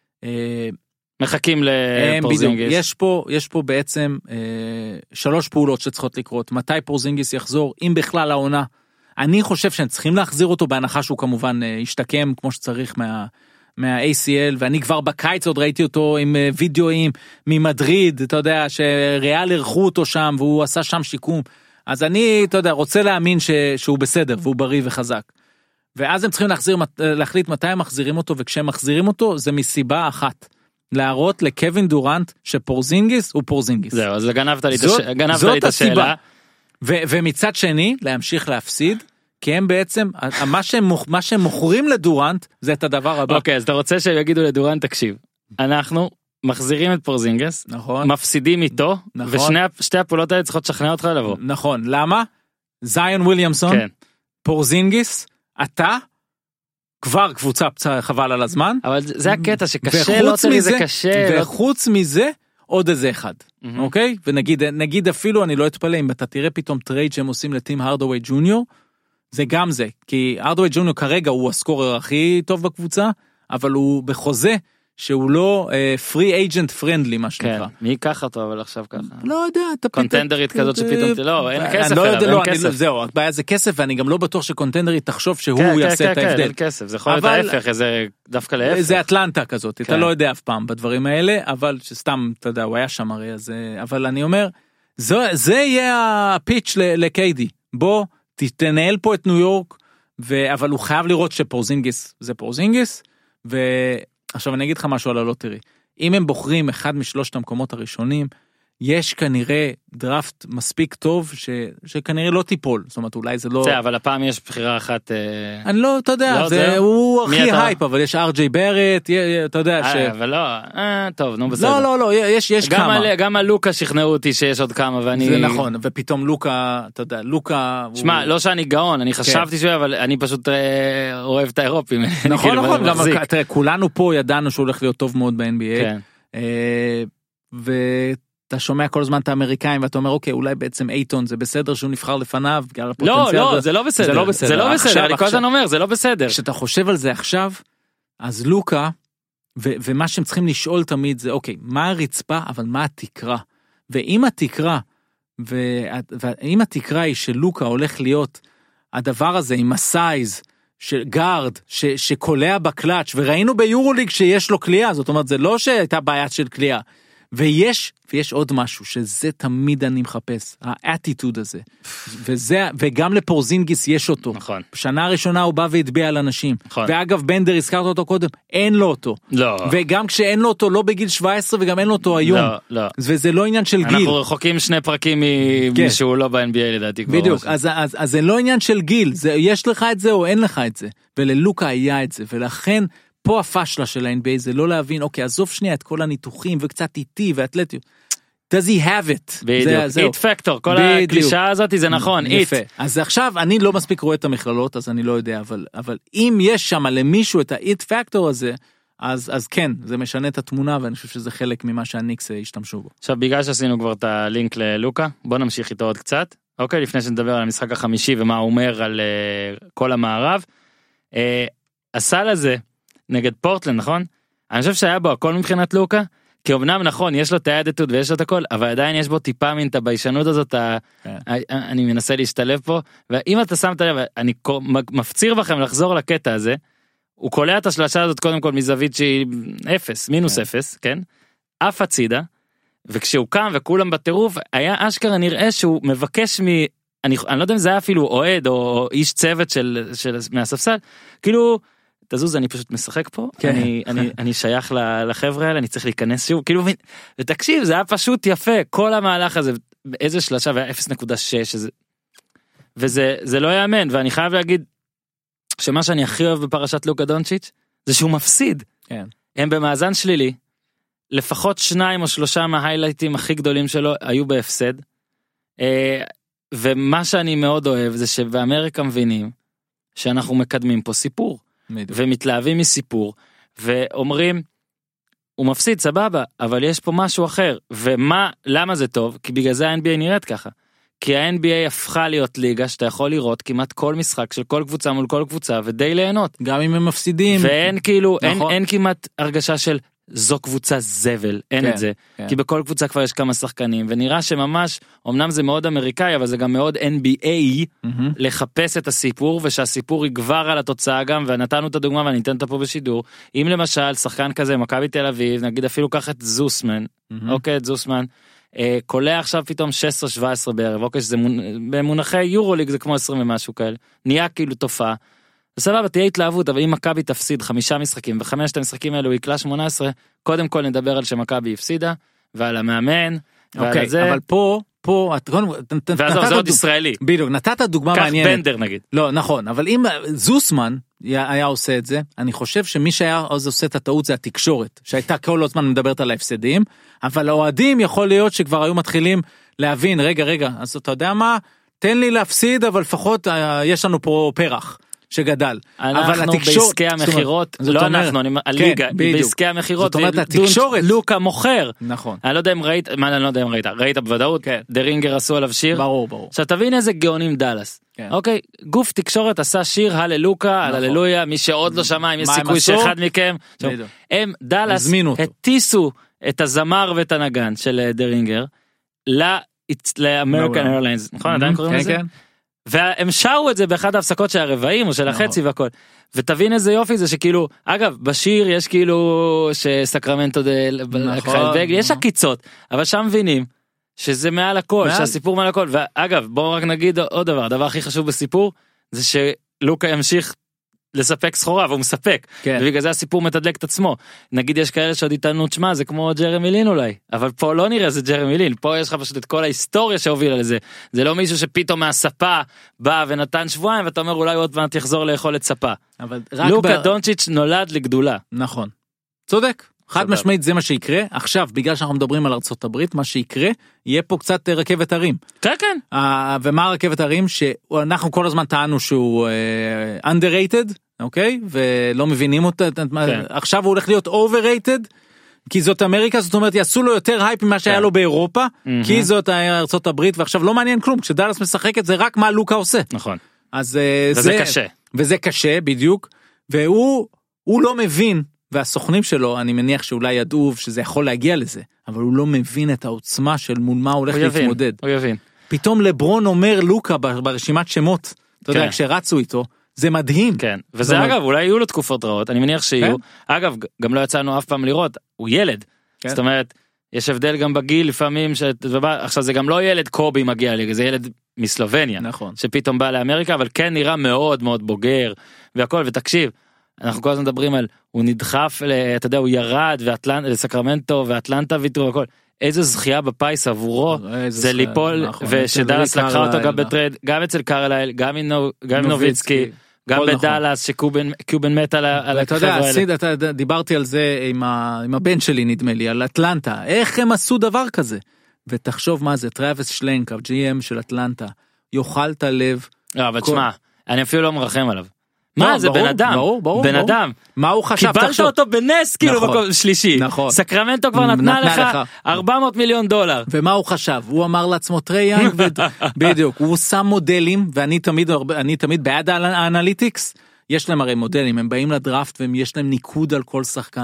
מחכים לפורזינגיס. יש פה בעצם 3 פעולות שצריכות לקרות. מתי פורזינגיס יחזור, אם בכלל העונה. אני חושב שהם צריכים להחזיר אותו, בהנחה שהוא כמובן ישתקם כמו שצריך מה-ACL, ואני כבר בקיץ עוד ראיתי אותו עם וידאוים ממדריד, אתה יודע, שריאל ערכו אותו שם, והוא עשה שם שיקום. אז אני, אתה יודע, רוצה להאמין שהוא בסדר, והוא בריא וחזק. ואז הם צריכים להחליט מתי הם מחזירים אותו, וכשהם מחזירים אותו, זה מסיבה אחת. להראות לקווין דורנט שפורזינגיס הוא פורזינגיס. זהו, אז גנבת לי את השאלה. ומצד שני, להמשיך להפסיד, כי הם בעצם, מה שהם מוכרים לדורנט, זה את הדבר הבא. אוקיי, אז אתה רוצה שהם יגידו לדורנט, תקשיב, אנחנו מחזירים את פורזינגיס, מפסידים איתו, ושתי הפעולות האלה צריכות לשכנע אותך לבוא. נכון, למה? זיון וויליאמסון, פורזינגיס, אתה, כבר קבוצה חבל על הזמן. אבל זה הקטע שקשה, לא תראי, זה קשה. וחוץ מזה, עוד איזה אחד. אוקיי? ונגיד אפילו, אני לא אתפלא, אם אתה תראה פתאום טרייד שהם עושים לטים הרדווי ג'וניור, זה גם זה. כי הרדווי ג'וניור כרגע הוא הסקורר הכי טוב בקבוצה, אבל הוא בחוזה, שהוא לא פרי אייג'נט פרנדלי, מה שנקרא. מי ייקח אותו, אבל עכשיו ככה? לא יודע, אתה פתאום... קונטנדרית כזאת שפתאום... לא, אין כסף אליו, אין כסף. זהו, הבעיה זה כסף, ואני גם לא בטוח שקונטנדרית תחשוב שהוא יעשה את ההבדל. אין כסף, זה יכול להיות ההפך, זה דווקא להפך. זה אטלנטה כזאת, אתה לא יודע אף פעם בדברים האלה, אבל שסתם, אתה יודע, הוא היה שם הרי, אבל אני אומר, זה יהיה הפיץ' לקיידי. בוא, תנהל פה את ניו יורק, אבל הוא חייב לראות שפורזינגיס זה פורזינגיס, עכשיו אני אגיד לך משהו על הלוטרי, אם הם בוחרים אחד משלושת המקומות הראשונים, יש כנראה דראפט מספיק טוב שכנראה לא תיפול, זאת אומרת אולי זה לא... אבל הפעם יש בחירה אחת... אני לא, אתה יודע, הוא הכי הייפ, אבל יש ארג'יי ברט, אתה יודע ש... אבל לא, טוב, נו בסדר. לא, יש כמה. גם הלוקה שכנעו אותי שיש עוד כמה, ואני... זה נכון, ופתאום לוקה, אתה יודע, לוקה... שמע, לא שאני גאון, אני חשבתי שהוא, אבל אני פשוט אוהב את האירופים. נכון, גם כולנו פה ידענו שהוא הולך להיות טוב מאוד ב-NBA. אתה שומע כל הזמן את האמריקאים ואתה אומר אוקיי אולי בעצם אייטון זה בסדר שהוא נבחר לפניו בגלל הפוטנציאל. לא זה לא בסדר, זה לא בסדר, אני כל הזמן אומר זה לא בסדר. כשאתה חושב על זה עכשיו אז לוקה ומה שהם צריכים לשאול תמיד זה אוקיי מה הרצפה אבל מה התקרה, ואם התקרה היא שלוקה הולך להיות הדבר הזה עם הסייז של גארד שקולע בקלאץ', וראינו ביורוליג שיש לו קליעה, זאת אומרת זה לא שהייתה בעיה של קליעה, ויש עוד משהו שזה תמיד אני מחפש, האטיטוד הזה, וגם לפורזינגיס יש אותו. נכון. בשנה הראשונה הוא בא והטביע על אנשים. נכון. ואגב בנדר הזכרת אותו קודם, אין לו אותו. לא. וגם כשאין לו אותו לא בגיל 17 וגם אין לו אותו היום. לא. וזה לא עניין של גיל. אנחנו רחוקים 2 פרקים משהו לא ב-NBA לדעתי. בדיוק, אז זה לא עניין של גיל, יש לך את זה או אין לך את זה. וללוקה היה את זה, ולכן פה הפשלה של ה-NBA זה לא להבין, אוקיי, עזוב שנייה את כל הניתוחים וקצת איטי ואתלטיות. does he have it? בדיוק, it factor, כל הקלישה הזאת זה נכון, יפה. אז עכשיו אני לא מספיק רואה את המכללות, אז אני לא יודע, אבל אם יש שם למישהו את ה-it factor הזה, אז כן, זה משנה את התמונה, ואני חושב שזה חלק ממה שהניקס השתמשו בו. עכשיו, בגלל שעשינו כבר את הלינק ללוקה, בוא נמשיך איתו עוד קצת, אוקיי, לפני שנדבר על המשחק החמישי, ומה הוא אומר על כל המערב. הסל הזה, נגד פורטלנד, נכון? אני חושב שהיה בו הכל מבחינת לוקה, כי אמנם נכון, יש לו את האדיטוד ויש לו את הכל, אבל עדיין יש בו טיפה מן את הביישנות הזאת, אני מנסה להשתלב פה, ואם אתה שמת לב, אני מפציר בכם לחזור לקטע הזה, הוא קולע את השלשה הזאת קודם כל מזווית שהיא 0, מינוס 0, כן? אף הצידה, וכשהוא קם וכולם בטירוף, היה אשכרה נראה שהוא מבקש אני לא יודע אם זה היה אפילו אוהד או איש צוות מהספסל, כאילו, תזוז, אני פשוט משחק פה, אני שייך לחבר'ה האלה, אני צריך להיכנס שוב, כאילו, ותקשיב, זה היה פשוט יפה, כל המהלך הזה, איזה שלשה, והיה 0.6, וזה לא יאמן, ואני חייב להגיד, שמה שאני הכי אוהב בפרשת לוקה דונצ'יץ', זה שהוא מפסיד. הם במאזן שלילי, לפחות 2 או 3 מההיילייטים הכי גדולים שלו, היו בהפסד, ומה שאני מאוד אוהב, זה שבאמריקה מבינים, שאנחנו מקדמים פה סיפור, ומתלהבים מסיפור, ואומרים, הוא מפסיד, סבבה, אבל יש פה משהו אחר, למה זה טוב? כי בגלל זה ה-NBA נראית ככה, כי ה-NBA הפכה להיות ליגה, שאתה יכול לראות כמעט כל משחק, של כל קבוצה מול כל קבוצה, ודי ליהנות. גם אם הם מפסידים. ואין כאילו, אין כמעט הרגשה של, זו קבוצה זבל, אין את זה, כי בכל קבוצה כבר יש כמה שחקנים, ונראה שממש, אמנם זה מאוד אמריקאי, אבל זה גם מאוד NBA, לחפש את הסיפור, ושהסיפור יגבר על התוצאה גם, ונתנו את הדוגמה, ואני אתן אותה פה בשידור, אם למשל, שחקן כזה, מכבי תל אביב, נגיד אפילו קח את זוסמן, אוקיי, את זוסמן, קולע עכשיו פתאום 16-17 בערב, אוקיי, שזה במונחי יורוליג, זה כמו 20 ומשהו כאלה, נהיה כאילו תופעה, סבבה, תהיה התלהבות, אבל אם מכבי תפסיד 5 משחקים, ו5 המשחקים האלו יקלה 18, קודם כל נדבר על שמכבי הפסידה, ועל המאמן, ועל זה. אבל פה, ועזוב, זה עוד ישראלי. בדיוק, נתת דוגמה מעניינת. כך בנדר נגיד. לא, נכון, אבל אם זוסמן היה עושה את זה, אני חושב שמי שהיה אז עושה את הטעות זה התקשורת, שהייתה כל הזמן מדברת על ההפסדים, אבל האוהדים יכול להיות שכבר היו מתחילים להבין, רגע, אז אתה יודע מה, תן לי להפסיד, אבל לפחות יש לנו פה פרח. שגדל. אנחנו בעסקי המחירות, לא אנחנו, הליגה, בעסקי המחירות, לוקה מוכר. נכון. אני לא יודע אם ראית בוודאות, דרינגר עשו עליו שיר. ברור. עכשיו תבין איזה גאונים דלס. אוקיי, גוף תקשורת עשה שיר הללוקה, הללויה, מי שעוד לא שמע, אם יש סיכוי שאחד מכם, הם דלס הטיסו את הזמר ואת הנגן של דרינגר, לאמריקן איירליינס, נכון? עדיין קוראים לזה? והם שרו את זה באחד ההפסקות של הרבעים או של החצי והכל, ותבין איזה יופי זה שכאילו, אגב בשיר יש כאילו שסקרמנטו יש עקיצות, אבל שם מבינים שזה מעל הכל, שהסיפור מעל הכל, ואגב בואו רק נגיד עוד דבר, הדבר הכי חשוב בסיפור זה שלוקה ימשיך לספק סחורה, והוא מספק, ובגלל זה הסיפור מתדלק את עצמו. נגיד יש כאלה שעוד איתנו, תשמע, זה כמו ג'רמי לין אולי, אבל פה לא נראה זה ג'רמי לין, פה יש לך פשוט את כל ההיסטוריה שהובילה לזה, זה לא מישהו שפתאום מהספה בא ונתן שבועיים, ואתה אומר אולי עוד מעט יחזור לאכול את ספה. לוקה דונצ'יץ' נולד לגדולה. נכון. צודק. חד משמעית זה מה שיקרה, עכשיו בגלל שאנחנו מדברים על ארצות הברית, מה שיקרה, יהיה פה קצת רכבת הרים. כן. ומה רכבת הרים? שאנחנו כל הזמן טענו שהוא underrated, אוקיי? ולא מבינים אותה, עכשיו הוא הולך להיות overrated, כי זאת אמריקה, זאת אומרת יעשו לו יותר הייפ ממה שהיה לו באירופה, כי זאת ארצות הברית, ועכשיו לא מעניין כלום, כשדלס משחקת זה רק מה לוקה עושה. נכון. אז וזה קשה. וזה קשה, בדיוק, והוא לא מבין, והסוכנים שלו, אני מניח שאולי ידעו שזה יכול להגיע לזה, אבל הוא לא מבין את העוצמה של מול מה הוא הולך להתמודד. הוא יבין. פתאום לברון אומר לוקה ברשימת שמות, אתה יודע, כשרצו איתו, זה מדהים. כן, וזה אגב, אולי יהיו לו תקופות רעות, אני מניח שיהיו. אגב, גם לא יצאנו אף פעם לראות, הוא ילד. זאת אומרת, יש הבדל גם בגיל לפעמים, עכשיו זה גם לא ילד קובי מגיע לי, זה ילד מסלובניה, שפתאום בא לאמריקה, אבל כן נראה מאוד מאוד בוגר, והכל, ותקשיב, אנחנו כל הזמן מדברים על, הוא נדחף, אתה יודע, הוא ירד, לסקרמנטו, ואטלנטה ויתרו, והכל. איזו זכייה בפייס עבורו, זה ליפול, ושדלס לקחה אותו גם בטרד, גם אצל קרלייל, גם עם נוביצקי, גם בדלס, שקובן מת על החבר'ה האלה. אתה יודע, דיברתי על זה עם הבן שלי, נדמה לי, על אטלנטה, איך הם עשו דבר כזה? ותחשוב מה זה, טראביס שלנק, ה-GM של אטלנטה, יאכל את הלב. אבל תשמע, אני אפילו לא מרחם עליו. מה זה בן אדם, בן אדם, מה הוא חשב, קיבלת אותו בנס כאילו במקום שלישי, סקרמנטו כבר נתנה לך $400 מיליון, ומה הוא חשב, הוא אמר לעצמו טרי יאנג, בדיוק, הוא שם מודלים, ואני תמיד בעד האנליטיקס, יש להם הרי מודלים, הם באים לדראפט ויש להם ניקוד על כל שחקן,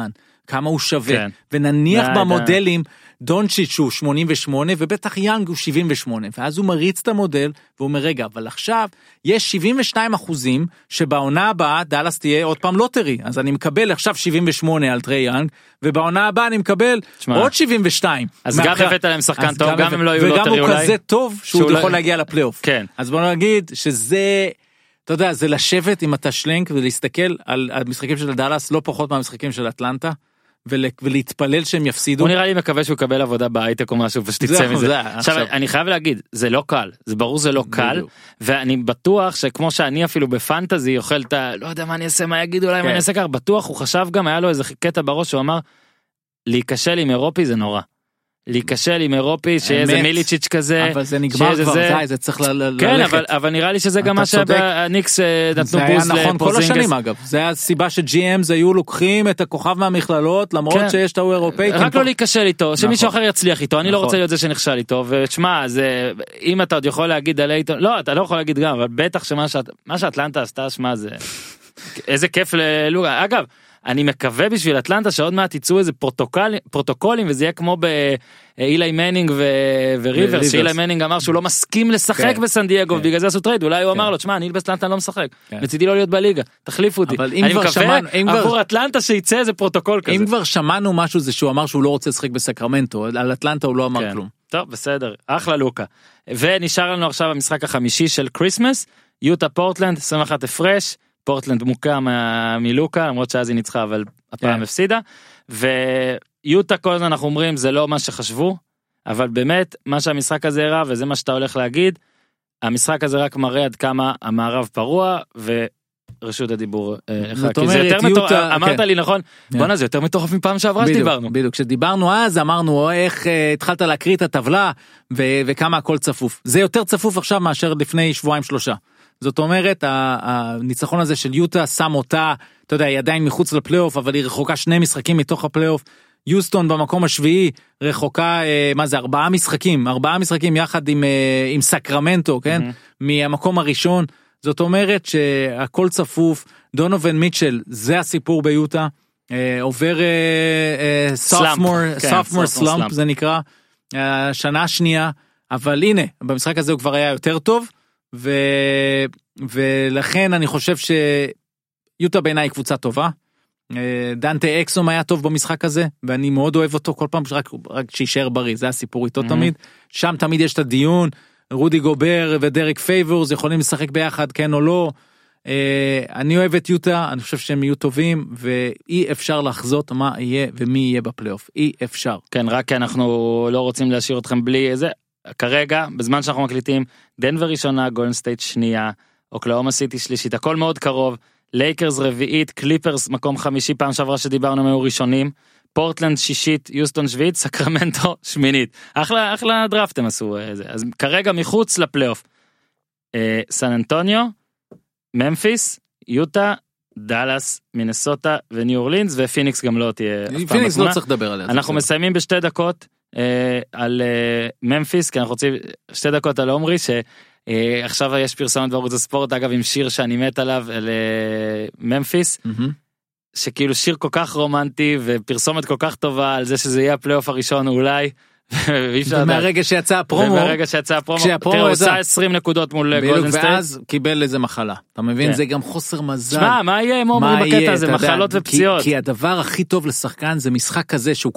כמה הוא שווה, כן. ונניח במודלים, דונצ'יץ' הוא 88, ובטח יאנג הוא 78, ואז הוא מריץ את המודל, והוא אומר, רגע, אבל עכשיו, יש 72% שבעונה הבאה, דלס תהיה עוד פעם לוטרי, אז אני מקבל עכשיו 78 על טרי יאנג, ובעונה הבאה אני מקבל עוד 72. אז גם הבאת להם שחקן טוב, גם אם לא יהיו לוטרי אולי. וגם הוא כזה טוב, שהוא יכול להגיע לפלייאוף. כן. אז בוא נגיד שזה, אתה יודע, זה לשבת עם התשלנק, ולהסתכל על המשחקים של דלס, לא פחות מהמשחקים של אטלנטה, ולהתפלל שהם יפסידו. הוא נראה לי מקווה שהוא יקבל עבודה בהייטק או משהו ושתצא מזה. עכשיו אני חייב להגיד, זה לא קל, זה ברור זה לא קל, ואני בטוח שכמו שאני אפילו בפנטזי אוכל את לא יודע מה אני אעשה, מה יגידו להם, אני אעשה כך, בטוח הוא חשב גם, היה לו איזה קטע בראש, הוא אמר, להיכשל עם אירופי זה נורא. להיכשל עם אירופי, שיהיה איזה מיליצ'יץ' כזה. אבל זה נגמר כבר, זה צריך ללכת. כן, אבל נראה לי שזה גם מה שהניקס נתנו בוז לפורזינגס. זה היה נכון כל השנים אגב. זה היה הסיבה ש-GMs היו לוקחים את הכוכב מהמכללות, למרות שיש את ההוא אירופאי. רק לא להיכשל איתו, שמישהו אחר יצליח איתו, אני לא רוצה להיות זה שנכשל איתו, ושמע, אם אתה עוד יכול להגיד על איתו, לא, אתה לא יכול להגיד גם, אבל בטח שמה שאטלנטה עשתה, שמע, זה איזה כיף ללוגה. אגב, אני מקווה בשביל אטלנטה שעוד מעט יצאו איזה פרוטוקולים, וזה יהיה כמו באילי מנינג וריברס, שאילי מנינג אמר שהוא לא מסכים לשחק בסן דייגו, בגלל זה עשו טרייד, אולי הוא אמר לו, תשמע, אני באטלנטה לא משחק, מצידי לא להיות בליגה, תחליפו אותי. אני מקווה עבור אטלנטה שיצא איזה פרוטוקול כזה. אם כבר שמענו משהו זה שהוא אמר שהוא לא רוצה לשחק בסקרמנטו, על אטלנטה הוא לא אמר כלום. טוב, בסדר, אחלה לוקה. ונשאר לנו עכשיו המשחק החמישי של קריסמס, יוטה פורטלנד, 21 הפרש, פורטלנד מוקה מלוקה, למרות שאז היא ניצחה, אבל הפעם הפסידה, ויוטה כל הזמן אנחנו אומרים, זה לא מה שחשבו, אבל באמת, מה שהמשחק הזה הראה, וזה מה שאתה הולך להגיד, המשחק הזה רק מראה עד כמה המערב פרוע, ורשות הדיבור, זאת אומרת, יוטה, אמרת לי נכון, בוא'נה, זה יותר מטורף מפעם שעברה שדיברנו. בדיוק, כשדיברנו אז, אמרנו, איך התחלת להקריא את הטבלה, וכמה הכל צפוף. זה יותר צפוף עכשיו מאשר לפני שבועיים שלושה. זאת אומרת, הניצחון הזה של יוטה שם אותה, אתה יודע, היא עדיין מחוץ לפלייאוף, אבל היא רחוקה 2 משחקים מתוך הפלייאוף. יוסטון במקום השביעי, רחוקה, מה זה, 4 משחקים יחד עם סקרמנטו, כן? מהמקום הראשון. זאת אומרת שהכל צפוף, דונובין מיטשל, זה הסיפור ביוטה, עובר sophomore slump, זה נקרא, שנה השנייה, אבל הנה, במשחק הזה הוא כבר היה יותר טוב, ולכן אני חושב שיוטה בעיניי היא קבוצה טובה, דנטה אקסום היה טוב במשחק הזה, ואני מאוד אוהב אותו כל פעם, רק שישאר בריא, זה הסיפור איתו תמיד, שם תמיד יש את הדיון, רודי גובר ודרק פייבורס יכולים לשחק ביחד, כן או לא, אני אוהב את יוטה, אני חושב שהם יהיו טובים, ואי אפשר לחזות מה יהיה ומי יהיה בפלייאוף, אי אפשר. כן, רק כי אנחנו לא רוצים להשאיר אתכם בלי איזה, כרגע, בזמן שאנחנו מקליטים, דנבר ראשונה, גולדן סטייט שנייה, אוקלאומה סיטי שלישית, הכל מאוד קרוב, לייקרס רביעית, קליפרס מקום חמישי, פעם שעברה שדיברנו היו ראשונים, פורטלנד שישית, יוסטון שביעית, סקרמנטו שמינית. אחלה דראפט הם עשו זה. אז כרגע מחוץ לפלייאוף. סן אנטוניו, ממפיס, יוטה, דלס, מינסוטה וניו אורלינס, ופיניקס גם לא תהיה אף פעם. פיניקס לא צריך לדבר עליה. אנחנו מסיימים ב2 דקות על ממפיס, כי אנחנו רוצים 2 דקות על עומרי, שעכשיו יש פרסומת בערוץ הספורט, אגב עם שיר שאני מת עליו, על ממפיס, שכאילו שיר כל כך רומנטי, ופרסומת כל כך טובה, על זה שזה יהיה הפלייאוף הראשון אולי, ומהרגע שיצא הפרומו, תראה, הוא עושה 20 נקודות מול גולדן סטייט, ואז קיבל איזה מחלה, אתה מבין? זה גם חוסר מזל. מה יהיה עם עומרי בקטע הזה, מחלות ופציעות? כי הדבר הכי טוב לשחקן זה משחק כזה, שהוא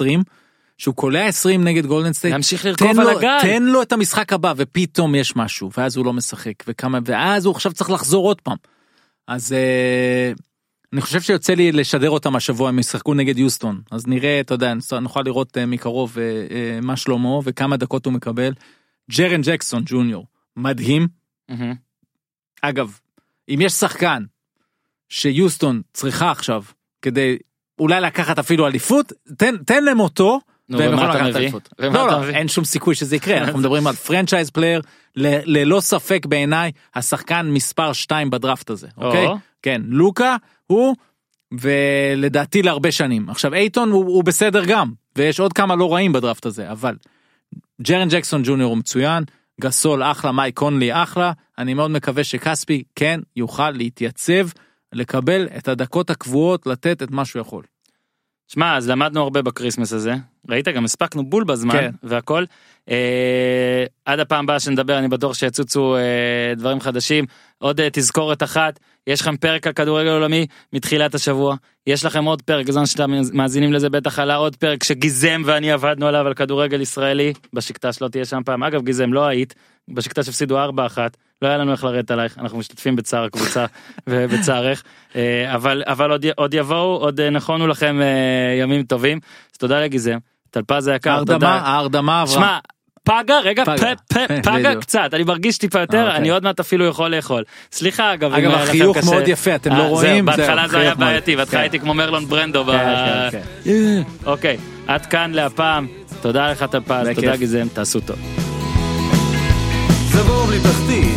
קולע 20 נגד גולדן סטייט, להמשיך לרכוב על הגל, תן לו את המשחק הבא, ופתאום יש משהו, ואז הוא לא משחק, ואז הוא עכשיו צריך לחזור עוד פעם. אז אני חושב שיוצא לי לשדר אותם השבוע, הם ישחקו נגד יוסטון, אז נראה, אתה יודע, נוכל לראות מקרוב מה שלמה, וכמה דקות הוא מקבל. ג'רן ג'קסון ג'וניור, מדהים. אגב, אם יש שחקן שיוסטון צריכה עכשיו, כדי אולי לקחת אפילו אליפות, תן להם אותו, והם יכולים לקחת אליפות. לא, אין שום סיכוי שזה יקרה, אנחנו מדברים על פרנצ'ייז פלייר, ללא ספק בעיניי, השחקן מספר 2 בדראפט הזה, אוקיי? כן, לוקה הוא, ולדעתי להרבה שנים. עכשיו, אייטון הוא בסדר גם, ויש עוד כמה לא רעים בדראפט הזה, אבל ג'רן ג'קסון ג'וניור הוא מצוין, גסול אחלה, מייק קונלי אחלה, אני מאוד מקווה שקספי כן יוכל להתייצב, לקבל את הדקות הקבועות, לתת את מה שהוא יכול. שמע, אז למדנו הרבה בקריסמס הזה, ראית? גם הספקנו בול בזמן והכל. עד הפעם הבאה שנדבר, אני בטוח שיצוצו דברים חדשים. עוד תזכורת אחת, יש לכם פרק על כדורגל עולמי מתחילת השבוע, יש לכם עוד פרק, זמן שאתם מאזינים לזה בטח עלה עוד פרק שגיזם ואני עבדנו עליו על כדורגל ישראלי, בשקטש לא תהיה שם פעם, אגב גיזם לא היית, בשקטש הפסידו 4-1, לא היה לנו איך לרדת עלייך, אנחנו משתתפים בצער הקבוצה ובצערך, אבל עוד יבואו, עוד נכונו לכם ימים טובים, אז תודה לגיזם, טלפז היקר, תודה. ההרדמה עברה. שמע, פגה, רגע, פגה קצת, אני מרגיש טיפה יותר, אני עוד מעט אפילו יכול לאכול. סליחה, אגב, החיוך מאוד יפה, אתם לא רואים? בהתחלה זה היה בעייתי, בהתחלה הייתי כמו מרלון ברנדו. אוקיי, עד כאן להפעם, תודה לך טלפז, תודה גיזם, תעשו טוב. זה בור בלי תחתית